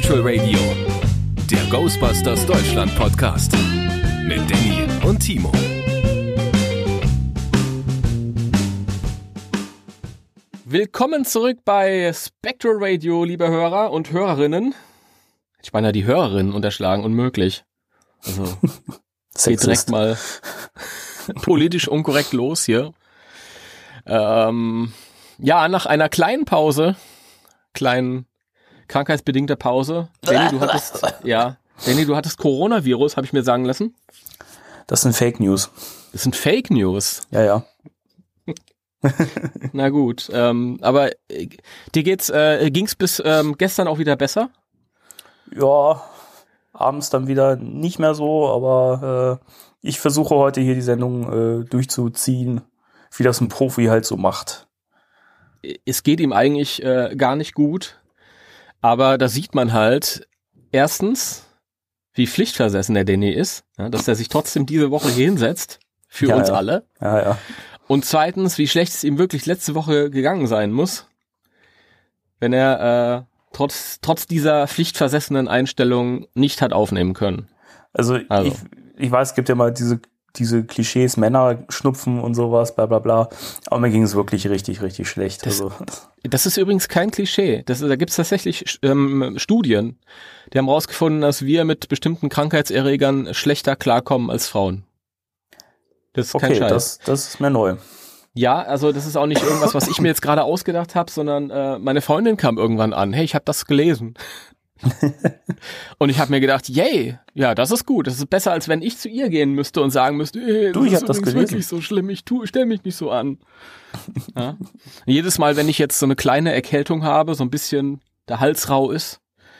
Spectral Radio, der Ghostbusters Deutschland Podcast mit Danny und Timo. Willkommen zurück bei Spectral Radio, liebe Hörer und Hörerinnen. Ich meine, die Hörerinnen unterschlagen, unmöglich. Also, geht direkt mal politisch unkorrekt los hier. Ja, nach einer kleinen Pause, krankheitsbedingter Pause. Danny, du hattest Coronavirus, habe ich mir sagen lassen. Das sind Fake News. Das sind Fake News? Ja. Na gut, aber dir ging's bis gestern auch wieder besser? Ja, abends dann wieder nicht mehr so, aber ich versuche heute hier die Sendung durchzuziehen, wie das ein Profi halt so macht. Es geht ihm eigentlich gar nicht gut, aber da sieht man halt erstens, wie pflichtversessen der Danny ist, ja, dass er sich trotzdem diese Woche hier hinsetzt, für uns alle. Ja. Und zweitens, wie schlecht es ihm wirklich letzte Woche gegangen sein muss, wenn er trotz dieser pflichtversessenen Einstellung nicht hat aufnehmen können. Also. Ich weiß, es gibt ja mal diese Klischees, Männer schnupfen und sowas, bla bla bla. Aber mir ging es wirklich richtig, richtig schlecht. Das ist übrigens kein Klischee. Da gibt es tatsächlich Studien, die haben rausgefunden, dass wir mit bestimmten Krankheitserregern schlechter klarkommen als Frauen. Das ist kein Scheiß. Das ist mir neu. Ja, also das ist auch nicht irgendwas, was ich mir jetzt gerade ausgedacht habe, sondern meine Freundin kam irgendwann an. Hey, ich habe das gelesen. Und ich habe mir gedacht, yay, ja, das ist gut. Das ist besser, als wenn ich zu ihr gehen müsste und sagen müsste, ich habe das gelesen. Wirklich so schlimm, stell mich nicht so an. Ja? Jedes Mal, wenn ich jetzt so eine kleine Erkältung habe, so ein bisschen der Hals rau ist,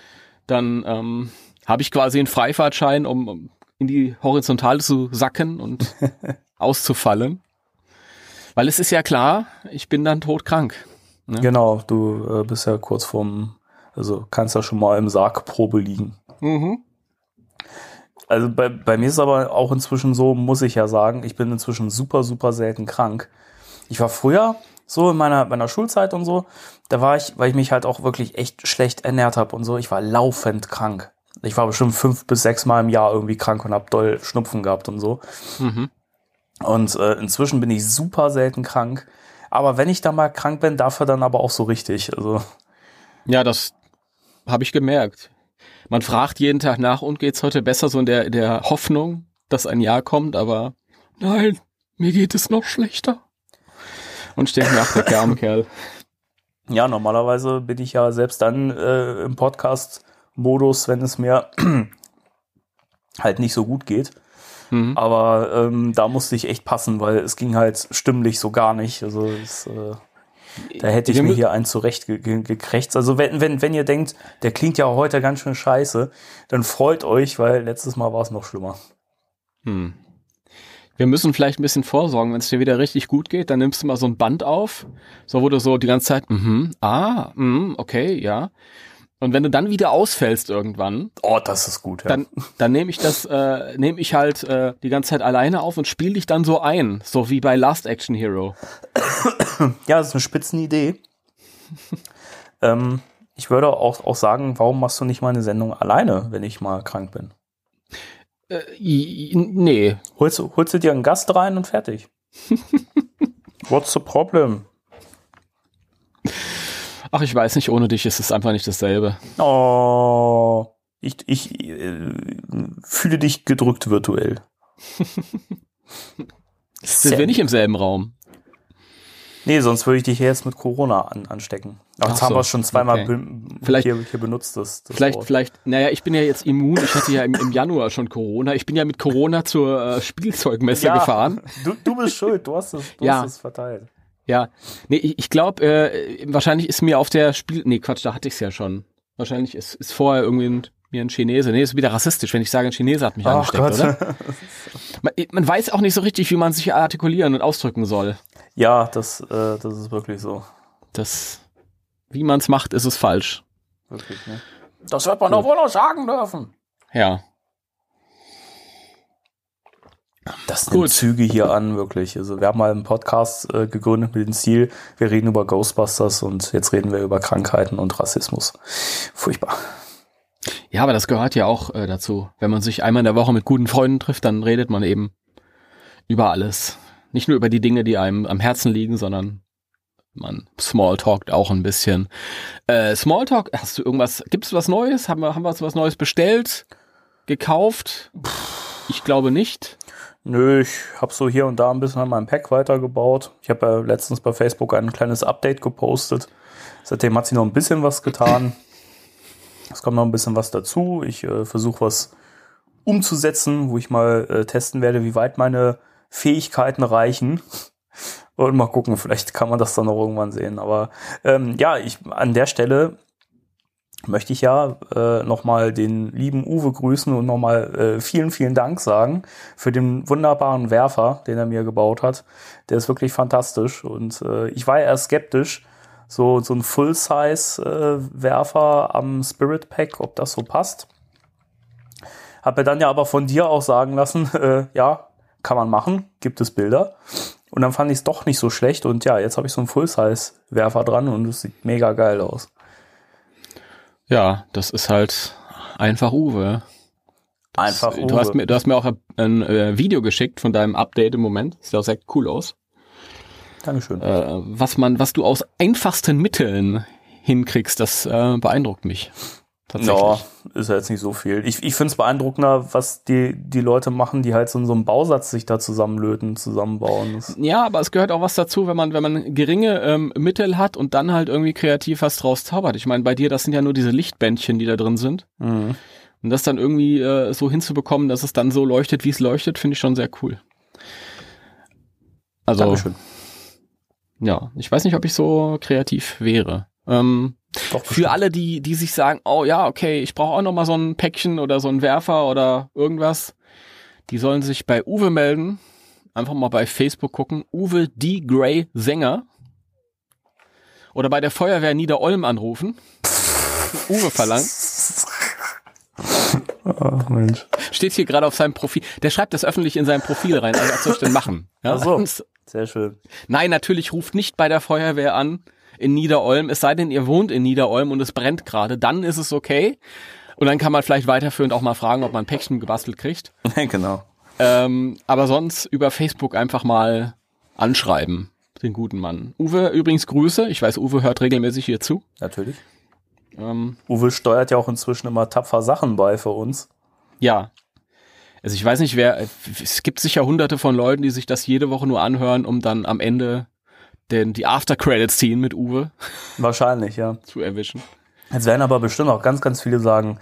dann habe ich quasi einen Freifahrtschein, um in die Horizontale zu sacken und auszufallen. Weil es ist ja klar, ich bin dann todkrank. Ne? Genau, du bist ja kurz also kannst ja schon mal im Sargprobe liegen. Mhm. Also bei mir ist es aber auch inzwischen so, muss ich ja sagen, ich bin inzwischen super, super selten krank. Ich war früher so in meiner Schulzeit und so, da war ich, weil ich mich halt auch wirklich echt schlecht ernährt habe und so, ich war laufend krank. Ich war bestimmt 5 bis 6 Mal im Jahr irgendwie krank und hab doll Schnupfen gehabt und so. Mhm. Und inzwischen bin ich super selten krank. Aber wenn ich dann mal krank bin, dafür dann aber auch so richtig. Also ja, das habe ich gemerkt. Man fragt jeden Tag nach, und geht's heute besser, so in der Hoffnung, dass ein Jahr kommt, aber nein, mir geht es noch schlechter. Und steht nach der arme Kerl. Ja, normalerweise bin ich ja selbst dann im Podcast-Modus, wenn es mir halt nicht so gut geht. Mhm. Aber da musste ich echt passen, weil es ging halt stimmlich so gar nicht. Also da hätte ich mir hier einen zurecht gekrächzt. Also wenn ihr denkt, der klingt ja heute ganz schön scheiße, dann freut euch, weil letztes Mal war es noch schlimmer. Wir müssen vielleicht ein bisschen vorsorgen, wenn es dir wieder richtig gut geht, dann nimmst du mal so ein Band auf, so wo du so die ganze Zeit, okay, ja. Und wenn du dann wieder ausfällst irgendwann, das ist gut, ja. Dann nehme ich halt die ganze Zeit alleine auf und spiele dich dann so ein, so wie bei Last Action Hero. Ja, das ist eine Spitzenidee. Ich würde auch sagen, warum machst du nicht mal eine Sendung alleine, wenn ich mal krank bin? Nee. Holst du dir einen Gast rein und fertig. What's the problem? Ach, ich weiß nicht, ohne dich ist es einfach nicht dasselbe. Oh, ich fühle dich gedrückt virtuell. Sind wir nicht im selben Raum? Nee, sonst würde ich dich jetzt mit Corona anstecken. Aber jetzt haben wir es schon zweimal hier benutzt. Vielleicht, naja, ich bin ja jetzt immun. Ich hatte ja im Januar schon Corona. Ich bin ja mit Corona zur Spielzeugmesse gefahren. Du bist schuld, du hast es verteilt. Ja, nee, ich glaube, wahrscheinlich ist mir auf der da hatte ich es ja schon. Wahrscheinlich ist vorher irgendwie mir ein Chinese. Nee, ist wieder rassistisch, wenn ich sage, ein Chinese hat mich angesteckt, Gott. Oder? Man weiß auch nicht so richtig, wie man sich artikulieren und ausdrücken soll. Ja, das ist wirklich so. Wie man es macht, ist es falsch. Wirklich, ne? Das wird man doch wohl auch sagen dürfen. Ja. Das nimmt Züge hier an, wirklich. Also wir haben mal einen Podcast gegründet mit dem Ziel, wir reden über Ghostbusters und jetzt reden wir über Krankheiten und Rassismus. Furchtbar. Ja, aber das gehört ja auch dazu. Wenn man sich einmal in der Woche mit guten Freunden trifft, dann redet man eben über alles. Nicht nur über die Dinge, die einem am Herzen liegen, sondern man smalltalkt auch ein bisschen. Smalltalk, hast du irgendwas, gibt's was Neues? Haben wir was Neues bestellt? Gekauft? Ich glaube nicht. Nö, ich habe so hier und da ein bisschen an meinem Pack weitergebaut. Ich habe ja letztens bei Facebook ein kleines Update gepostet. Seitdem hat sich noch ein bisschen was getan. Es kommt noch ein bisschen was dazu. Ich versuche was umzusetzen, wo ich mal testen werde, wie weit meine Fähigkeiten reichen. Und mal gucken, vielleicht kann man das dann noch irgendwann sehen. Aber ja, an der Stelle möchte ich ja nochmal den lieben Uwe grüßen und nochmal vielen, vielen Dank sagen für den wunderbaren Werfer, den er mir gebaut hat. Der ist wirklich fantastisch. Und ich war ja erst skeptisch, so ein Full-Size-Werfer am Spirit Pack, ob das so passt. Hab mir dann ja aber von dir auch sagen lassen, ja, kann man machen, gibt es Bilder. Und dann fand ich es doch nicht so schlecht. Und ja, jetzt habe ich so einen Full-Size-Werfer dran und es sieht mega geil aus. Ja, das ist halt einfach Uwe. Uwe. Du hast mir auch ein Video geschickt von deinem Update im Moment. Sieht auch sehr cool aus. Dankeschön. Was du aus einfachsten Mitteln hinkriegst, das beeindruckt mich. Tatsächlich. Ja, ist ja jetzt nicht so viel. Ich finde es beeindruckender, was die Leute machen, die halt so einen Bausatz sich da zusammenbauen. Ja, aber es gehört auch was dazu, wenn man geringe Mittel hat und dann halt irgendwie kreativ was draus zaubert. Ich meine, bei dir, das sind ja nur diese Lichtbändchen, die da drin sind. Mhm. Und das dann irgendwie so hinzubekommen, dass es dann so leuchtet, wie es leuchtet, finde ich schon sehr cool. Also, Dankeschön. Ja, ich weiß nicht, ob ich so kreativ wäre. Für alle, die sich sagen, oh ja, okay, ich brauche auch noch mal so ein Päckchen oder so einen Werfer oder irgendwas, die sollen sich bei Uwe melden. Einfach mal bei Facebook gucken. Uwe D. Gray Sänger. Oder bei der Feuerwehr Nieder-Olm anrufen. Uwe verlangt. Ach Mensch. Steht hier gerade auf seinem Profil. Der schreibt das öffentlich in sein Profil rein. Also was soll ich denn machen? Ja? Ach so, sehr schön. Nein, natürlich ruft nicht bei der Feuerwehr an in Nieder-Olm, es sei denn, ihr wohnt in Nieder-Olm und es brennt gerade, dann ist es okay. Und dann kann man vielleicht weiterführend auch mal fragen, ob man ein Päckchen gebastelt kriegt. Genau. Aber sonst über Facebook einfach mal anschreiben, den guten Mann. Uwe, übrigens Grüße. Ich weiß, Uwe hört regelmäßig hier zu. Natürlich. Uwe steuert ja auch inzwischen immer tapfer Sachen bei für uns. Ja. Also ich weiß nicht, es gibt sicher hunderte von Leuten, die sich das jede Woche nur anhören, um dann am Ende die After-Credits-Scene mit Uwe wahrscheinlich, ja, zu erwischen. Jetzt werden aber bestimmt auch ganz, ganz viele sagen,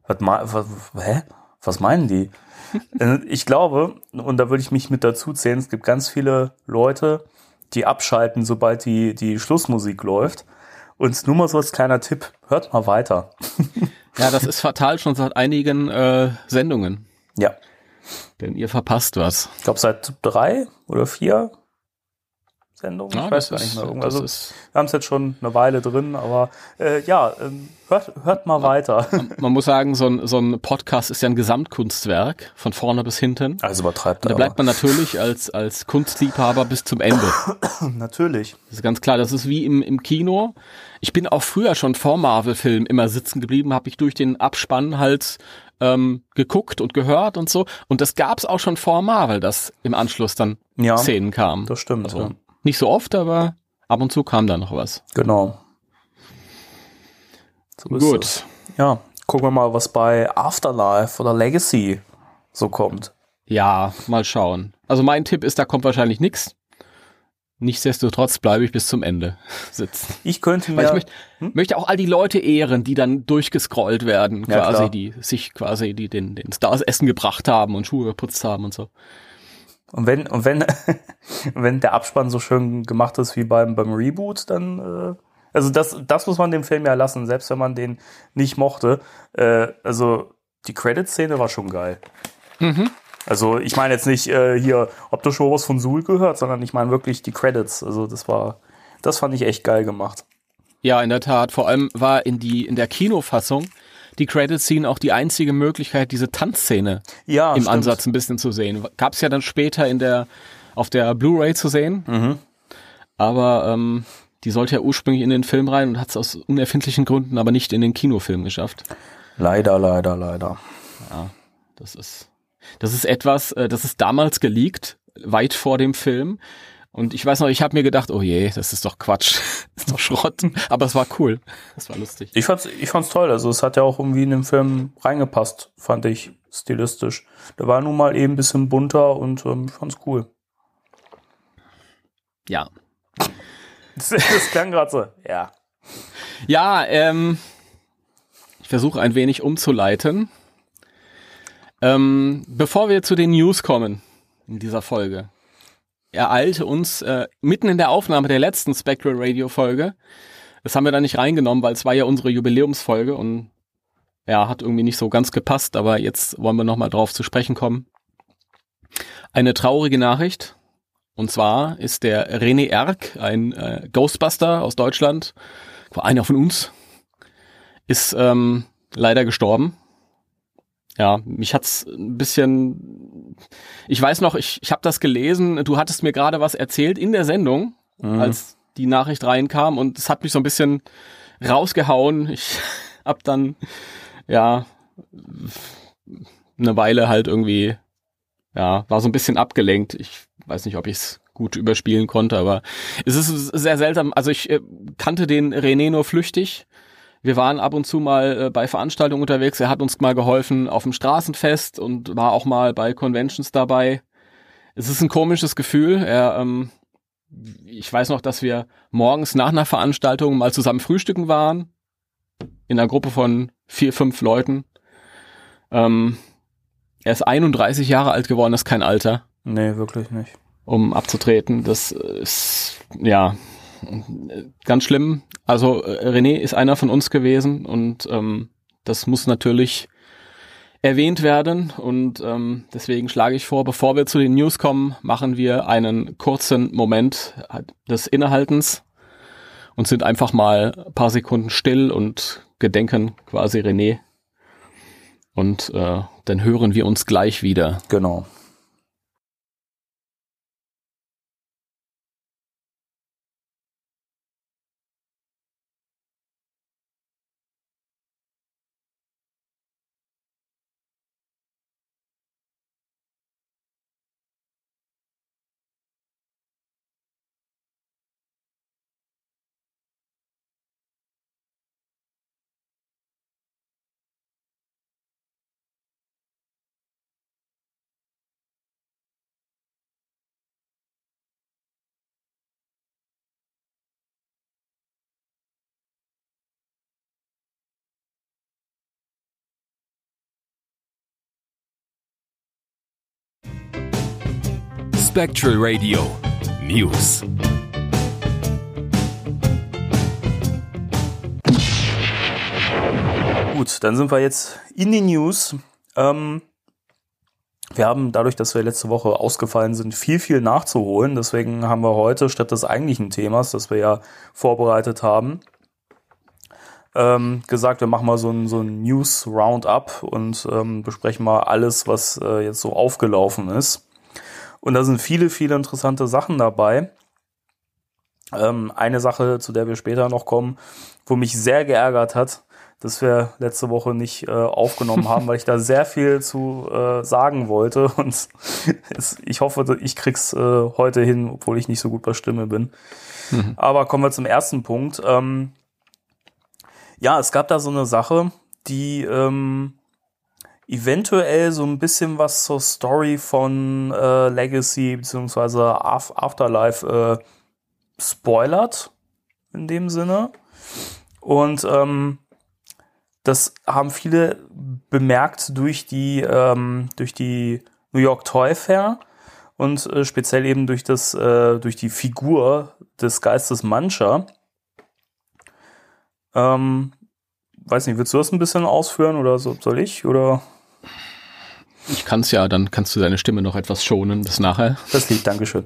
was meinen die? Ich glaube, und da würde ich mich mit dazu zählen, es gibt ganz viele Leute, die abschalten, sobald die Schlussmusik läuft. Und nur mal so als kleiner Tipp, hört mal weiter. Ja, das ist fatal schon seit einigen Sendungen. Ja. Denn ihr verpasst was. Ich glaube seit 3 oder 4 Sendungen. Ja, ich weiß gar nicht mehr. Also, wir haben es jetzt schon eine Weile drin, aber hört mal weiter. Man muss sagen, so ein Podcast ist ja ein Gesamtkunstwerk, von vorne bis hinten. Also übertreibt er. Da bleibt man natürlich als Kunstliebhaber bis zum Ende. Natürlich. Das ist ganz klar, das ist wie im Kino. Ich bin auch früher schon vor Marvel-Filmen immer sitzen geblieben, habe ich durch den Abspann halt geguckt und gehört und so. Und das gab's auch schon vor Marvel, dass im Anschluss dann Szenen kamen. Das stimmt, also, ja. Nicht so oft, aber ab und zu kam da noch was. Genau. So gut. Es. Ja, gucken wir mal, was bei Afterlife oder Legacy so kommt. Ja, mal schauen. Also mein Tipp ist, da kommt wahrscheinlich nichts. Nichtsdestotrotz bleibe ich bis zum Ende sitzen. Ich könnte mir... Weil ich möchte auch all die Leute ehren, die dann durchgescrollt werden, ja, quasi, klar. die sich quasi den Stars Essen gebracht haben und Schuhe geputzt haben und so. Und wenn der Abspann so schön gemacht ist wie beim Reboot, dann also das muss man dem Film ja lassen, selbst wenn man den nicht mochte. Also die Credit-Szene war schon geil. Mhm. Also ich meine jetzt nicht hier, ob du schon was von Suhl gehört, sondern ich meine wirklich die Credits. Also das fand ich echt geil gemacht. Ja, in der Tat. Vor allem war in der Kinofassung die Credit-Scene auch die einzige Möglichkeit, diese Tanzszene im Ansatz ein bisschen zu sehen. Gab es ja dann später auf der Blu-ray zu sehen. Mhm. Aber die sollte ja ursprünglich in den Film rein und hat es aus unerfindlichen Gründen aber nicht in den Kinofilm geschafft. Leider. Ja, das ist etwas, das ist damals geleakt, weit vor dem Film. Und ich weiß noch, ich habe mir gedacht, oh je, das ist doch Quatsch, das ist doch Schrott. Aber es war cool, das war lustig. Ich fand's toll. Also es hat ja auch irgendwie in den Film reingepasst, fand ich, stilistisch. Der war nun mal eben ein bisschen bunter und ich fand's cool. Ja. Das klang gerade so, ja. Ja, ich versuche ein wenig umzuleiten. Bevor wir zu den News kommen in dieser Folge, ereilte uns mitten in der Aufnahme der letzten Spectral Radio Folge, das haben wir da nicht reingenommen, weil es war ja unsere Jubiläumsfolge und ja, hat irgendwie nicht so ganz gepasst, aber jetzt wollen wir nochmal drauf zu sprechen kommen. Eine traurige Nachricht, und zwar ist der René Erck, ein Ghostbuster aus Deutschland, war einer von uns, ist leider gestorben. Ja, mich hat's ein bisschen, ich weiß noch, ich habe das gelesen, du hattest mir gerade was erzählt in der Sendung, als die Nachricht reinkam und es hat mich so ein bisschen rausgehauen. Ich hab dann, ja, eine Weile halt irgendwie, ja, war so ein bisschen abgelenkt. Ich weiß nicht, ob ich es gut überspielen konnte, aber es ist sehr seltsam. Also ich kannte den René nur flüchtig. Wir waren ab und zu mal bei Veranstaltungen unterwegs. Er hat uns mal geholfen auf dem Straßenfest und war auch mal bei Conventions dabei. Es ist ein komisches Gefühl. Ich weiß noch, dass wir morgens nach einer Veranstaltung mal zusammen frühstücken waren. In einer Gruppe von 4, 5 Leuten. Er ist 31 Jahre alt geworden, das ist kein Alter. Nee, wirklich nicht. Um abzutreten. Das ist, ja, ganz schlimm. Also René ist einer von uns gewesen und das muss natürlich erwähnt werden und deswegen schlage ich vor, bevor wir zu den News kommen, machen wir einen kurzen Moment des Innehaltens und sind einfach mal ein paar Sekunden still und gedenken quasi René und dann hören wir uns gleich wieder. Genau. Spectral Radio News. Gut, dann sind wir jetzt in den News. Wir haben dadurch, dass wir letzte Woche ausgefallen sind, viel nachzuholen. Deswegen haben wir heute statt des eigentlichen Themas, das wir ja vorbereitet haben, gesagt, wir machen mal so ein News-Roundup und besprechen mal alles, was jetzt so aufgelaufen ist. Und da sind viele interessante Sachen dabei. Eine Sache, zu der wir später noch kommen, wo mich sehr geärgert hat, dass wir letzte Woche nicht aufgenommen haben, weil ich da sehr viel zu sagen wollte. Und ich hoffe, ich krieg's heute hin, obwohl ich nicht so gut bei Stimme bin. Mhm. Aber kommen wir zum ersten Punkt. Ja, es gab da so eine Sache, die eventuell so ein bisschen was zur Story von Legacy bzw. Afterlife spoilert in dem Sinne. Und das haben viele bemerkt durch die New York Toy Fair und speziell eben durch die Figur des Geistes Muncher. Weiß nicht, willst du das ein bisschen ausführen oder soll ich? Oder? Ich kann's ja, dann kannst du deine Stimme noch etwas schonen bis nachher. Das liegt, Dankeschön.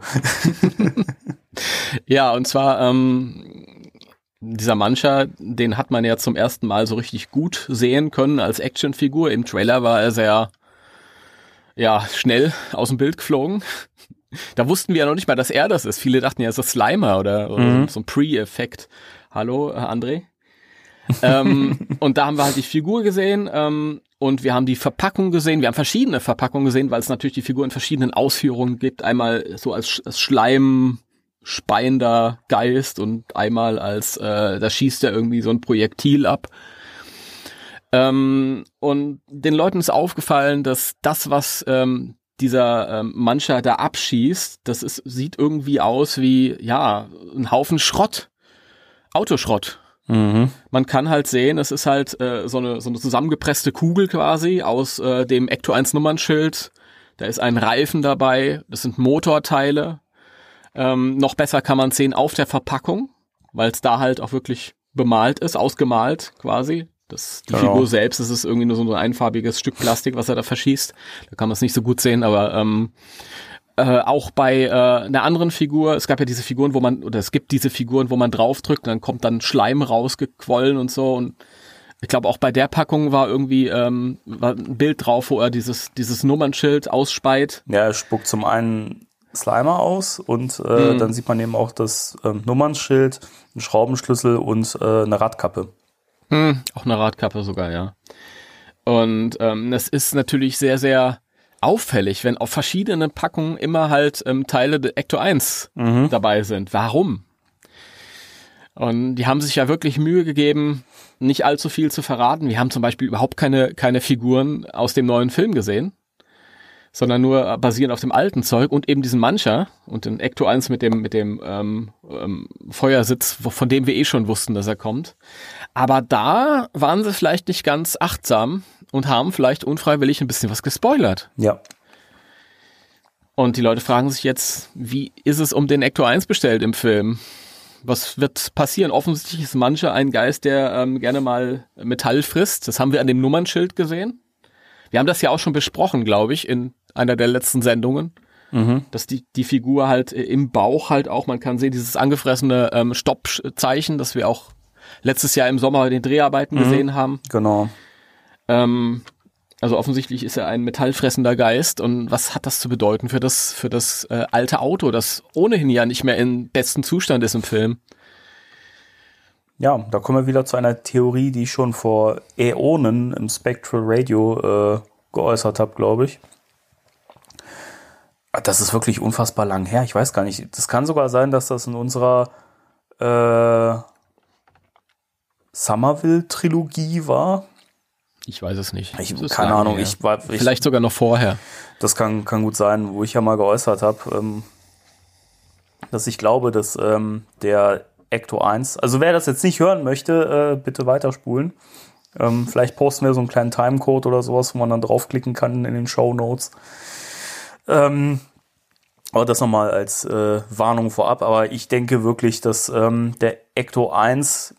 Ja, und zwar dieser Muncher, den hat man ja zum ersten Mal so richtig gut sehen können als Actionfigur. Im Trailer war er sehr, ja, schnell aus dem Bild geflogen. Da wussten wir ja noch nicht mal, dass er das ist. Viele dachten ja, es ist Slimer oder so ein Pre-Effekt. Hallo, André? Und da haben wir halt die Figur gesehen und wir haben die Verpackung gesehen. Wir haben verschiedene Verpackungen gesehen, weil es natürlich die Figur in verschiedenen Ausführungen gibt. Einmal so als Schleim speiender Geist und einmal als da schießt er irgendwie so ein Projektil ab. Und den Leuten ist aufgefallen, dass das, was dieser Mancher da abschießt, sieht irgendwie aus wie, ja, ein Haufen Schrott. Autoschrott. Mhm. Man kann halt sehen, es ist halt so eine zusammengepresste Kugel quasi aus dem Ecto 1 Nummernschild. Da ist ein Reifen dabei, das sind Motorteile. Noch besser kann man sehen auf der Verpackung, weil es da halt auch wirklich bemalt ist, ausgemalt quasi. Die Figur selbst, das ist irgendwie nur so ein einfarbiges Stück Plastik, was er da verschießt. Da kann man es nicht so gut sehen, aber auch bei einer anderen Figur, es gibt diese Figuren, wo man draufdrückt, dann kommt dann Schleim rausgequollen und so. Und ich glaube, auch bei der Packung war irgendwie war ein Bild drauf, wo er dieses Nummernschild ausspeit. Ja, er spuckt zum einen Slimer aus und dann sieht man eben auch das Nummernschild, einen Schraubenschlüssel und eine Radkappe. Auch eine Radkappe sogar, ja. Und das ist natürlich sehr, sehr auffällig, wenn auf verschiedenen Packungen immer halt Teile der Ecto 1 dabei sind. Warum? Und die haben sich ja wirklich Mühe gegeben, nicht allzu viel zu verraten. Wir haben zum Beispiel überhaupt keine Figuren aus dem neuen Film gesehen, sondern nur basierend auf dem alten Zeug und eben diesen Mancher und den Ecto 1 mit dem Feuersitz, von dem wir schon wussten, dass er kommt. Aber da waren sie vielleicht nicht ganz achtsam und haben vielleicht unfreiwillig ein bisschen was gespoilert. Ja. Und die Leute fragen sich jetzt, wie ist es um den Ecto 1 bestellt im Film? Was wird passieren? Offensichtlich ist Mancher ein Geist, der gerne mal Metall frisst. Das haben wir an dem Nummernschild gesehen. Wir haben das ja auch schon besprochen, glaube ich, in einer der letzten Sendungen, dass die Figur halt im Bauch halt auch, man kann sehen, dieses angefressene Stoppzeichen, das wir auch letztes Jahr im Sommer bei den Dreharbeiten gesehen haben. Genau. Also offensichtlich ist er ein metallfressender Geist. Und was hat das zu bedeuten für das alte Auto, das ohnehin ja nicht mehr in bestem Zustand ist im Film? Ja, da kommen wir wieder zu einer Theorie, die ich schon vor Äonen im Spectral Radio geäußert habe, glaube ich. Das ist wirklich unfassbar lang her. Ich weiß gar nicht. Das kann sogar sein, dass das in unserer Somerville-Trilogie war. Ich weiß es nicht. Keine Ahnung. Vielleicht sogar noch vorher. Das kann gut sein, wo ich ja mal geäußert habe, dass ich glaube, dass der Ecto 1, also wer das jetzt nicht hören möchte, bitte weiterspulen. Vielleicht posten wir so einen kleinen Timecode oder sowas, wo man dann draufklicken kann in den Shownotes. Aber das nochmal als Warnung vorab. Aber ich denke wirklich, dass der Ecto 1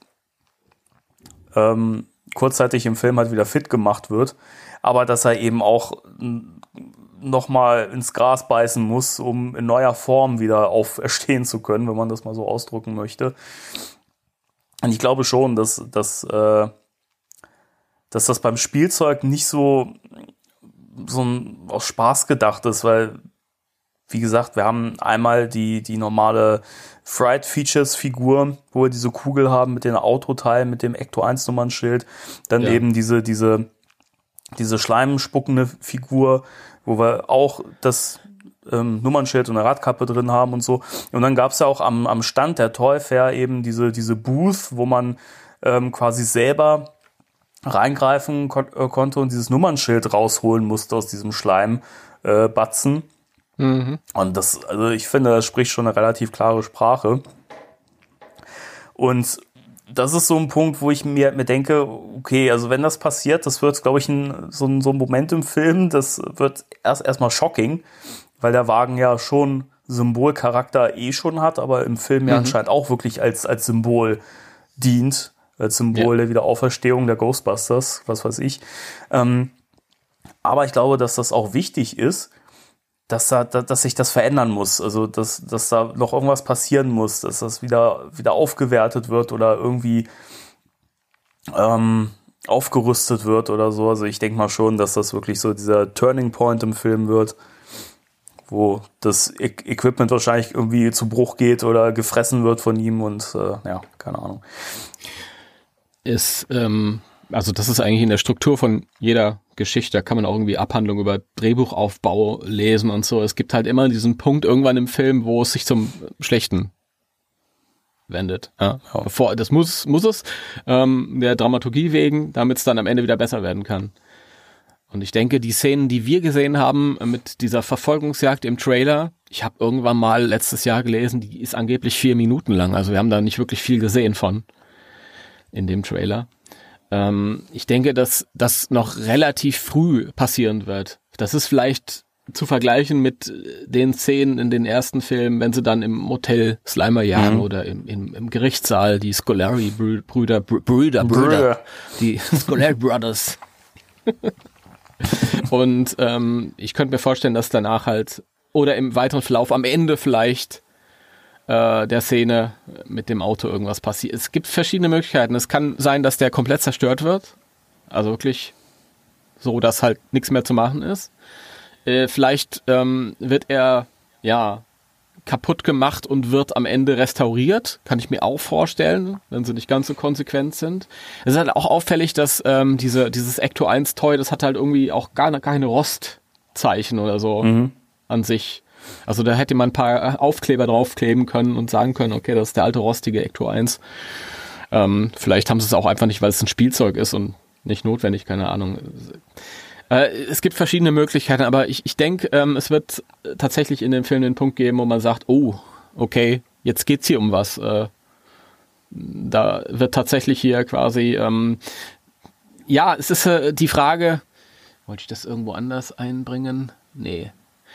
kurzzeitig im Film halt wieder fit gemacht wird, aber dass er eben auch nochmal ins Gras beißen muss, um in neuer Form wieder auferstehen zu können, wenn man das mal so ausdrücken möchte. Und ich glaube schon, dass das beim Spielzeug nicht so aus Spaß gedacht ist, weil, wie gesagt, wir haben einmal die normale Fright Features Figur, wo wir diese Kugel haben mit den Autoteilen, mit dem Ecto 1 Nummernschild, dann eben diese schleimspuckende Figur, wo wir auch das Nummernschild und eine Radkappe drin haben und so. Und dann gab es ja auch am Stand der Toy Fair eben diese Booth, wo man quasi selber reingreifen konnte und dieses Nummernschild rausholen musste aus diesem Schleimbatzen. Und also ich finde, das spricht schon eine relativ klare Sprache. Und das ist so ein Punkt, wo ich mir denke, okay, also wenn das passiert, das wird, glaube ich, so ein Moment im Film, das wird erstmal shocking, weil der Wagen ja schon Symbolcharakter schon hat, aber im Film ja anscheinend auch wirklich als Symbol dient, als Symbol der Wiederauferstehung der Ghostbusters, was weiß ich. Aber ich glaube, dass das auch wichtig ist, dass sich das verändern muss, also dass da noch irgendwas passieren muss, dass das wieder aufgewertet wird oder irgendwie aufgerüstet wird oder so. Also ich denke mal schon, dass das wirklich so dieser Turning Point im Film wird, wo das Equipment wahrscheinlich irgendwie zu Bruch geht oder gefressen wird von ihm und keine Ahnung. ist, also das ist eigentlich in der Struktur von jeder Geschichte, da kann man auch irgendwie Abhandlungen über Drehbuchaufbau lesen und so. Es gibt halt immer diesen Punkt irgendwann im Film, wo es sich zum Schlechten wendet. Ja. Das muss es der Dramaturgie wegen, damit es dann am Ende wieder besser werden kann. Und ich denke, die Szenen, die wir gesehen haben mit dieser Verfolgungsjagd im Trailer, ich habe irgendwann mal letztes Jahr gelesen, die ist angeblich 4 Minuten lang. Also wir haben da nicht wirklich viel gesehen von in dem Trailer. Ich denke, dass das noch relativ früh passieren wird. Das ist vielleicht zu vergleichen mit den Szenen in den ersten Filmen, wenn sie dann im Motel Slimer jagen oder im Gerichtssaal die Scolari-Brüder, die Scolari Brothers. Und ich könnte mir vorstellen, dass danach halt, oder im weiteren Verlauf am Ende vielleicht der Szene mit dem Auto irgendwas passiert. Es gibt verschiedene Möglichkeiten. Es kann sein, dass der komplett zerstört wird. Also wirklich so, dass halt nichts mehr zu machen ist. Vielleicht wird er kaputt gemacht und wird am Ende restauriert. Kann ich mir auch vorstellen, wenn sie nicht ganz so konsequent sind. Es ist halt auch auffällig, dass dieses Ecto 1 Toy, das hat halt irgendwie auch gar keine Rostzeichen oder so an sich. Also da hätte man ein paar Aufkleber draufkleben können und sagen können, okay, das ist der alte rostige Ecto 1. Vielleicht haben sie es auch einfach nicht, weil es ein Spielzeug ist und nicht notwendig, keine Ahnung. Es gibt verschiedene Möglichkeiten, aber ich denke, es wird tatsächlich in dem Film den Punkt geben, wo man sagt, oh, okay, jetzt geht's hier um was. Da wird tatsächlich hier quasi, es ist die Frage, wollte ich das irgendwo anders einbringen? Nee.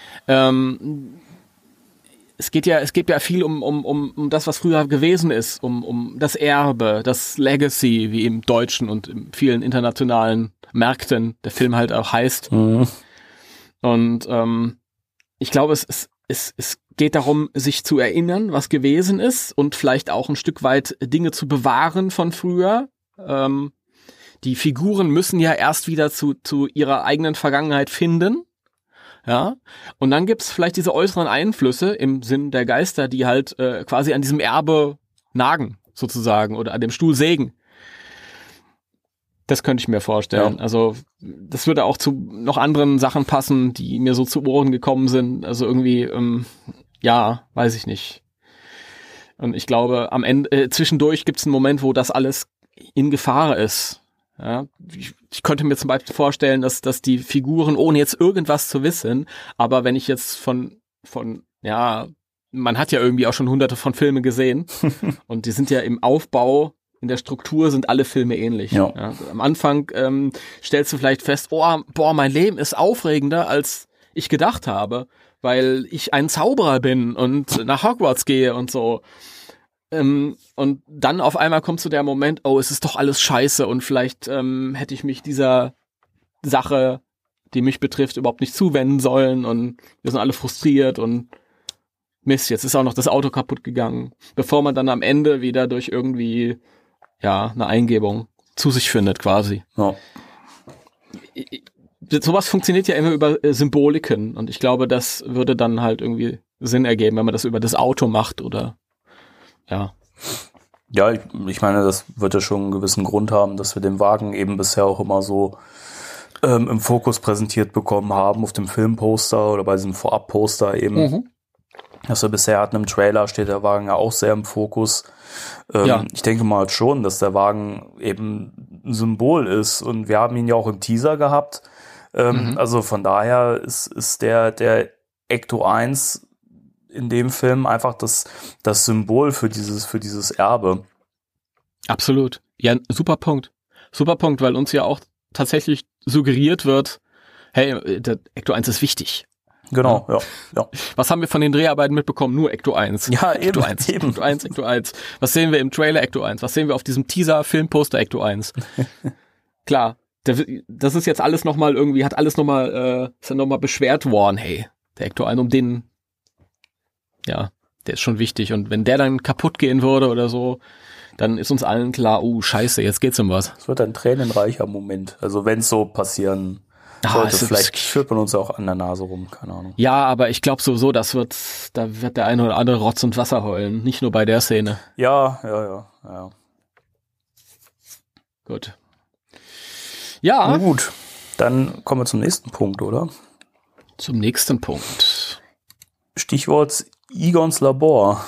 Es geht ja viel um das, was früher gewesen ist, um das Erbe, das Legacy, wie im Deutschen und in vielen internationalen Märkten der Film halt auch heißt. Und ich glaube, es geht darum, sich zu erinnern, was gewesen ist und vielleicht auch ein Stück weit Dinge zu bewahren von früher. Die Figuren müssen ja erst wieder zu ihrer eigenen Vergangenheit finden. Ja, und dann gibt's vielleicht diese äußeren Einflüsse im Sinn der Geister, die halt quasi an diesem Erbe nagen, sozusagen, oder an dem Stuhl sägen. Das könnte ich mir vorstellen. Ja. Also das würde auch zu noch anderen Sachen passen, die mir so zu Ohren gekommen sind. Also irgendwie, weiß ich nicht. Und ich glaube, am Ende, zwischendurch gibt's einen Moment, wo das alles in Gefahr ist. Ja, ich könnte mir zum Beispiel vorstellen, dass die Figuren, ohne jetzt irgendwas zu wissen, aber wenn ich jetzt von man hat ja irgendwie auch schon hunderte von Filmen gesehen und die sind ja im Aufbau, in der Struktur sind alle Filme ähnlich. Ja. Ja, am Anfang stellst du vielleicht fest, mein Leben ist aufregender, als ich gedacht habe, weil ich ein Zauberer bin und nach Hogwarts gehe und so. Und dann auf einmal kommt so der Moment, es ist doch alles scheiße und vielleicht hätte ich mich dieser Sache, die mich betrifft, überhaupt nicht zuwenden sollen und wir sind alle frustriert und Mist, jetzt ist auch noch das Auto kaputt gegangen, bevor man dann am Ende wieder durch irgendwie eine Eingebung zu sich findet quasi. Ja. Sowas funktioniert ja immer über Symboliken und ich glaube, das würde dann halt irgendwie Sinn ergeben, wenn man das über das Auto macht oder Ja, ich meine, das wird ja schon einen gewissen Grund haben, dass wir den Wagen eben bisher auch immer so im Fokus präsentiert bekommen haben, auf dem Filmposter oder bei diesem Vorabposter eben. Was wir bisher hatten im Trailer, steht der Wagen ja auch sehr im Fokus. Ich denke mal schon, dass der Wagen eben ein Symbol ist und wir haben ihn ja auch im Teaser gehabt. Also von daher ist der Ecto 1 in dem Film einfach das Symbol für dieses Erbe. Absolut. Ja, super Punkt. Super Punkt, weil uns ja auch tatsächlich suggeriert wird, hey, der Ecto 1 ist wichtig. Genau, ja. Was haben wir von den Dreharbeiten mitbekommen? Nur Ecto 1. Ja, Ecto eben. 1, Ecto 1, Ecto 1. Was sehen wir im Trailer? Ecto 1. Was sehen wir auf diesem Teaser-Filmposter? Ecto 1. Klar, das ist jetzt alles nochmal irgendwie, ist ja nochmal beschwert worden, hey, der Ecto 1, um den, der ist schon wichtig. Und wenn der dann kaputt gehen würde oder so, dann ist uns allen klar, scheiße, jetzt geht's um was. Es wird ein tränenreicher Moment. Also wenn es so passieren sollte, vielleicht führt man uns auch an der Nase rum, keine Ahnung. Ja, aber ich glaube sowieso, da wird der eine oder andere Rotz und Wasser heulen, nicht nur bei der Szene. Ja. Gut. Ja. Na gut, dann kommen wir zum nächsten Punkt, oder? Zum nächsten Punkt. Stichwort Egons Labor.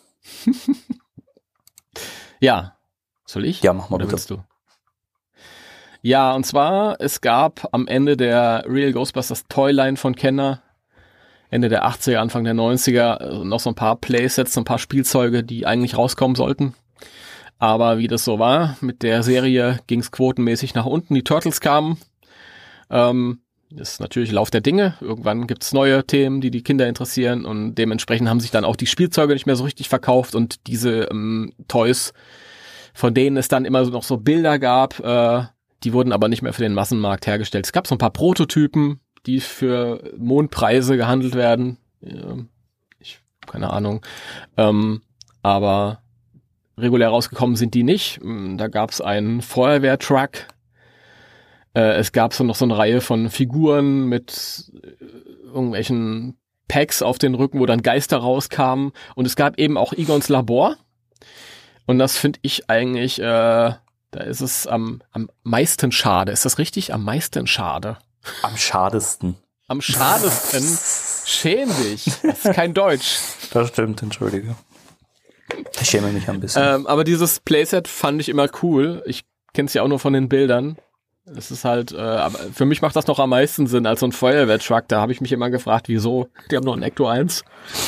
Ja. Soll ich? Ja, mach mal Oder bitte. willst du? Ja, und zwar, es gab am Ende der Real Ghostbusters Toyline von Kenner, Ende der 80er, Anfang der 90er, noch so ein paar Playsets, so ein paar Spielzeuge, die eigentlich rauskommen sollten. Aber wie das so war, mit der Serie ging es quotenmäßig nach unten. Die Turtles kamen. Das ist natürlich Lauf der Dinge. Irgendwann gibt es neue Themen, die die Kinder interessieren. Und dementsprechend haben sich dann auch die Spielzeuge nicht mehr so richtig verkauft. Und diese Toys, von denen es dann immer noch so Bilder gab, die wurden aber nicht mehr für den Massenmarkt hergestellt. Es gab so ein paar Prototypen, die für Mondpreise gehandelt werden. Keine Ahnung. Aber regulär rausgekommen sind die nicht. Da gab es einen Feuerwehrtruck. Es gab so noch so eine Reihe von Figuren mit irgendwelchen Packs auf den Rücken, wo dann Geister rauskamen. Und es gab eben auch Egons Labor. Und das finde ich eigentlich, da ist es am meisten schade. Ist das richtig? Am meisten schade. Am schadesten. Am schadesten. Schäm dich. Das ist kein Deutsch. Das stimmt, entschuldige. Ich schäme mich ein bisschen. Aber dieses Playset fand ich immer cool. Ich kenne es ja auch nur von den Bildern. Es ist halt, aber für mich macht das noch am meisten Sinn als so ein Feuerwehrtruck. Da habe ich mich immer gefragt, wieso? Die haben noch einen Ecto 1.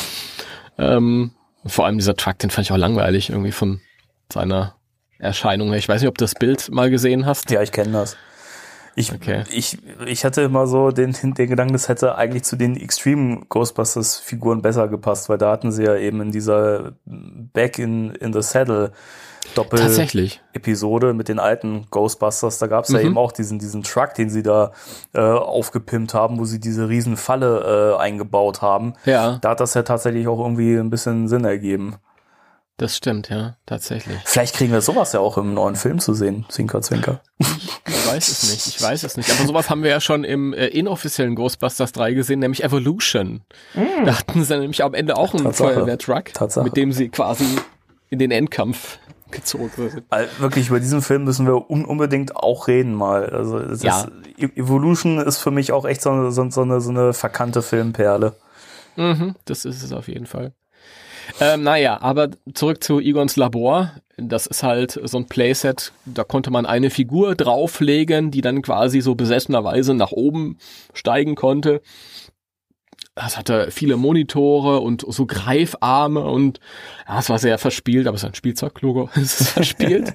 Vor allem dieser Truck, den fand ich auch langweilig, irgendwie von seiner Erscheinung her. Ich weiß nicht, ob du das Bild mal gesehen hast. Ja, ich kenne das. Ich hatte immer so den Gedanken, das hätte eigentlich zu den Extreme Ghostbusters Figuren besser gepasst, weil da hatten sie ja eben in dieser Back in the Saddle Doppel-Episode mit den alten Ghostbusters, da gab es ja eben auch diesen Truck, den sie da aufgepimpt haben, wo sie diese riesen Falle eingebaut haben. Ja. Da hat das ja tatsächlich auch irgendwie ein bisschen Sinn ergeben. Das stimmt, ja, tatsächlich. Vielleicht kriegen wir sowas ja auch im neuen Film zu sehen, Zwinker, Zwinker. Ich weiß es nicht. Aber sowas haben wir ja schon im inoffiziellen Ghostbusters 3 gesehen, nämlich Evolution. Da hatten sie nämlich am Ende auch einen Feuerwehrtruck, mit dem sie quasi in den Endkampf gezogen sind. Also wirklich, über diesen Film müssen wir unbedingt auch reden mal. Also Evolution ist für mich auch echt so eine verkannte Filmperle. Das ist es auf jeden Fall. Naja, aber zurück zu Egons Labor. Das ist halt so ein Playset, da konnte man eine Figur drauflegen, die dann quasi so besessenerweise nach oben steigen konnte. Das hatte viele Monitore und so Greifarme und ja, es war sehr verspielt, aber es ist ein Spielzeuglogo, es ist verspielt.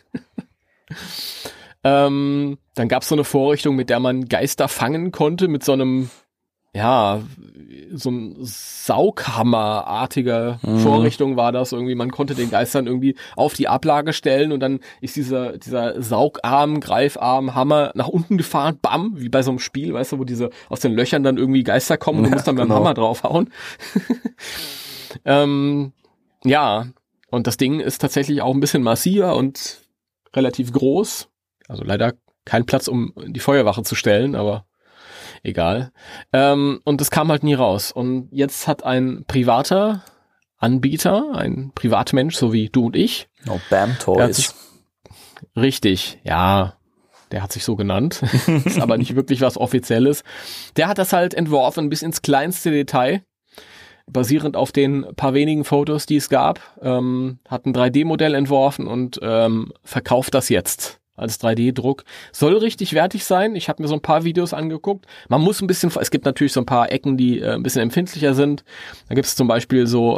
Dann gab es so eine Vorrichtung, mit der man Geister fangen konnte, mit so einem so ein Saughammer-artiger Vorrichtung war das irgendwie. Man konnte den Geistern irgendwie auf die Ablage stellen und dann ist dieser Saugarm, Greifarm, Hammer nach unten gefahren, bam, wie bei so einem Spiel, weißt du, wo diese aus den Löchern dann irgendwie Geister kommen und du musst dann mit dem Hammer draufhauen. Ja, und das Ding ist tatsächlich auch ein bisschen massiver und relativ groß. Also leider kein Platz, um die Feuerwache zu stellen, aber egal. Und das kam halt nie raus. Und jetzt hat ein privater Anbieter, ein Privatmensch, so wie du und ich. Oh, Bam Toys. Richtig, ja. Der hat sich so genannt. Ist aber nicht wirklich was Offizielles. Der hat das halt entworfen, bis ins kleinste Detail. Basierend auf den paar wenigen Fotos, die es gab. Hat ein 3D-Modell entworfen und verkauft das jetzt als 3D-Druck. Soll richtig wertig sein. Ich habe mir so ein paar Videos angeguckt. Man muss ein bisschen, es gibt natürlich so ein paar Ecken, die ein bisschen empfindlicher sind. Da gibt es zum Beispiel so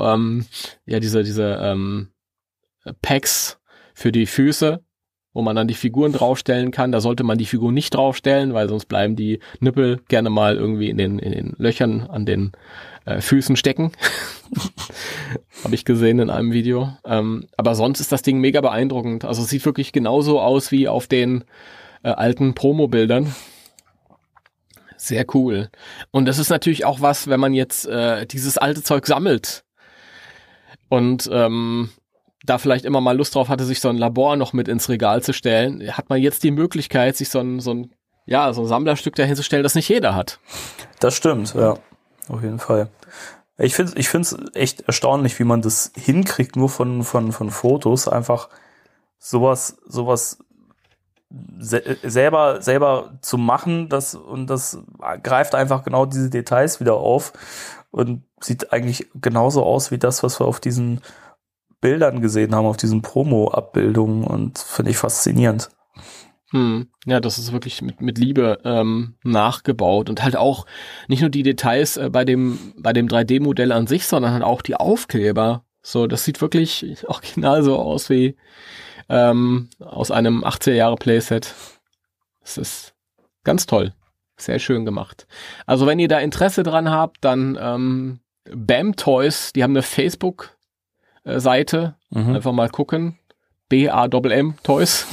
diese Packs für die Füße, wo man dann die Figuren draufstellen kann. Da sollte man die Figur nicht draufstellen, weil sonst bleiben die Nippel gerne mal irgendwie in den Löchern an den Füßen stecken. Habe ich gesehen in einem Video. Aber sonst ist das Ding mega beeindruckend. Also es sieht wirklich genauso aus wie auf den alten Promo-Bildern. Sehr cool. Und das ist natürlich auch was, wenn man jetzt dieses alte Zeug sammelt und da vielleicht immer mal Lust drauf hatte, sich so ein Labor noch mit ins Regal zu stellen, hat man jetzt die Möglichkeit, sich so ein Sammlerstück dahin zu stellen, das nicht jeder hat. Das stimmt, ja. Auf jeden Fall. Ich finde es echt erstaunlich, wie man das hinkriegt, nur von Fotos einfach sowas selber zu machen, das greift einfach genau diese Details wieder auf und sieht eigentlich genauso aus wie das, was wir auf diesen Bildern gesehen haben, auf diesen Promo-Abbildungen, und finde ich faszinierend. Ja, das ist wirklich mit Liebe nachgebaut und halt auch nicht nur die Details bei dem 3D-Modell an sich, sondern halt auch die Aufkleber. So, das sieht wirklich original so aus wie aus einem 80er-Jahre-Playset. Das ist ganz toll. Sehr schön gemacht. Also wenn ihr da Interesse dran habt, dann BAM Toys, die haben eine Facebook-Seite. Einfach mal gucken. BAMM Toys.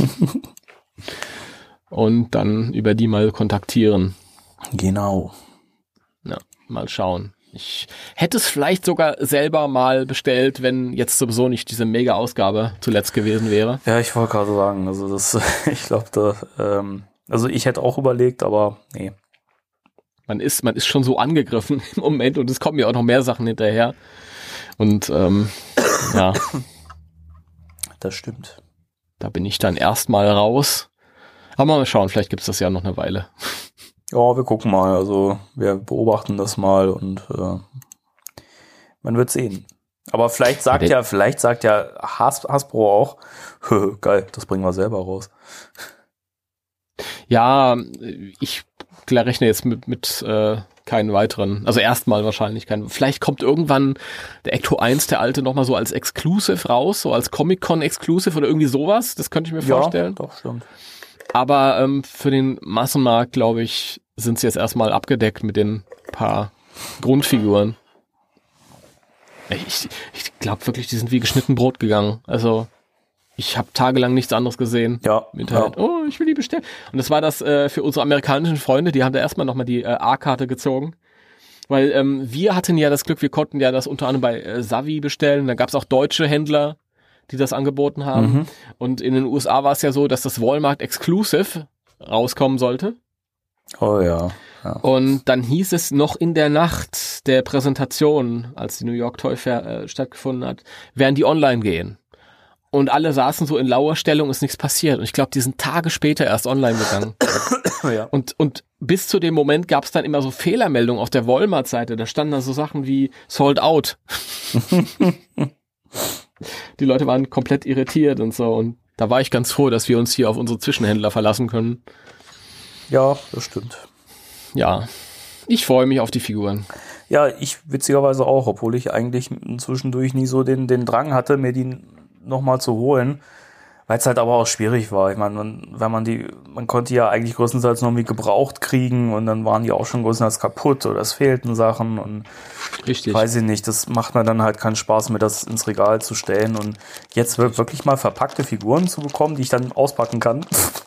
Und dann über die mal kontaktieren. Genau. Ja, mal schauen. Ich hätte es vielleicht sogar selber mal bestellt, wenn jetzt sowieso nicht diese Mega-Ausgabe zuletzt gewesen wäre. Ja, ich wollte gerade sagen, also ich glaube, also ich hätte auch überlegt, aber nee. Man ist schon so angegriffen im Moment und es kommen ja auch noch mehr Sachen hinterher. Und ja. Das stimmt. Da bin ich dann erstmal raus. Aber mal schauen, vielleicht gibt es das ja noch eine Weile. Ja, wir gucken mal. Also wir beobachten das mal und man wird sehen. Aber vielleicht sagt ja Hasbro auch, geil, das bringen wir selber raus. Ja, ich rechne jetzt mit keinen weiteren. Also erstmal wahrscheinlich keinen. Vielleicht kommt irgendwann der Ecto 1, der alte, nochmal so als Exclusive raus, so als Comic-Con-Exclusive oder irgendwie sowas. Das könnte ich mir vorstellen. Ja, doch, stimmt. Aber für den Massenmarkt, glaube ich, sind sie jetzt erstmal abgedeckt mit den paar Grundfiguren. Ich glaube wirklich, die sind wie geschnitten Brot gegangen. Also ich habe tagelang nichts anderes gesehen. Ja. Im Internet. Ja. Oh, ich will die bestellen. Und das war das für unsere amerikanischen Freunde, die haben da erstmal nochmal die A-Karte gezogen. Weil wir hatten ja das Glück, wir konnten ja das unter anderem bei Savvy bestellen. Da gab es auch deutsche Händler, die das angeboten haben. Und in den USA war es ja so, dass das Walmart Exclusive rauskommen sollte. Oh ja. Und dann hieß es noch in der Nacht der Präsentation, als die New York Toy Fair stattgefunden hat, werden die online gehen. Und alle saßen so in Lauerstellung, ist nichts passiert. Und ich glaube, die sind Tage später erst online gegangen. Ja. Und bis zu dem Moment gab es dann immer so Fehlermeldungen auf der Walmart-Seite. Da standen dann so Sachen wie Sold Out. Die Leute waren komplett irritiert und so. Und da war ich ganz froh, dass wir uns hier auf unsere Zwischenhändler verlassen können. Ja, das stimmt. Ja, ich freue mich auf die Figuren. Ja, ich witzigerweise auch, obwohl ich eigentlich zwischendurch nie so den Drang hatte, mir die nochmal zu holen, weil es halt aber auch schwierig war. Ich meine, man konnte ja eigentlich größtenteils noch irgendwie gebraucht kriegen und dann waren die auch schon größtenteils kaputt oder es fehlten Sachen und Richtig. Weiß ich nicht, das macht mir dann halt keinen Spaß, mir das ins Regal zu stellen und jetzt wirklich mal verpackte Figuren zu bekommen, die ich dann auspacken kann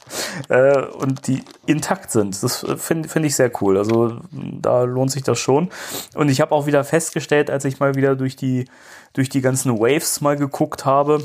und die intakt sind. Das finde ich sehr cool. Also da lohnt sich das schon. Und ich habe auch wieder festgestellt, als ich mal wieder durch die ganzen Waves mal geguckt habe,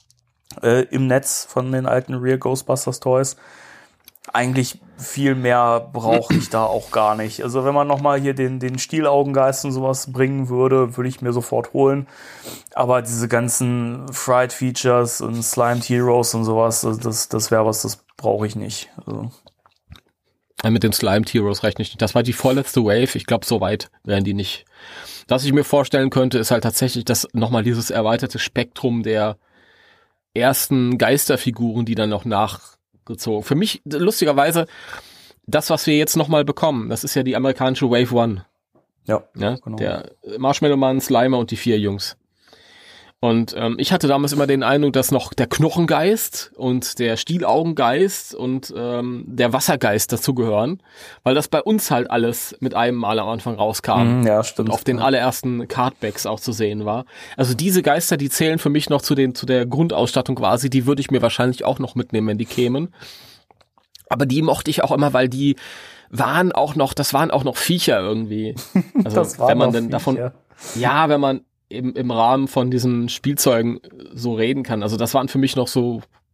im Netz von den alten Real Ghostbusters Toys, eigentlich viel mehr brauche ich da auch gar nicht. Also wenn man nochmal hier den Stielaugengeist und sowas bringen würde ich mir sofort holen. Aber diese ganzen Fried Features und Slimed Heroes und sowas, das wäre was, das brauche ich nicht. Also. Mit den Slimed Heroes rechne ich nicht. Das war die vorletzte Wave. Ich glaube, so weit wären die nicht. Was ich mir vorstellen könnte, ist halt tatsächlich das nochmal dieses erweiterte Spektrum der ersten Geisterfiguren, die dann noch nachgezogen. Für mich, lustigerweise, das, was wir jetzt nochmal bekommen, das ist ja die amerikanische Wave 1. Ja, genau. Der Marshmallow Man, Slimer und die 4 Jungs. Und ich hatte damals immer den Eindruck, dass noch der Knochengeist und der Stielaugengeist und der Wassergeist dazugehören, weil das bei uns halt alles mit einem Mal am Anfang rauskam. Ja, stimmt. Und auf den allerersten Cardbacks auch zu sehen war. Also diese Geister, die zählen für mich noch zu der Grundausstattung quasi, die würde ich mir wahrscheinlich auch noch mitnehmen, wenn die kämen. Aber die mochte ich auch immer, weil die waren auch noch Viecher irgendwie. Also das waren wenn man noch denn Viecher. davon, ja, wenn man im Rahmen von diesen Spielzeugen so reden kann. Also das waren für mich noch so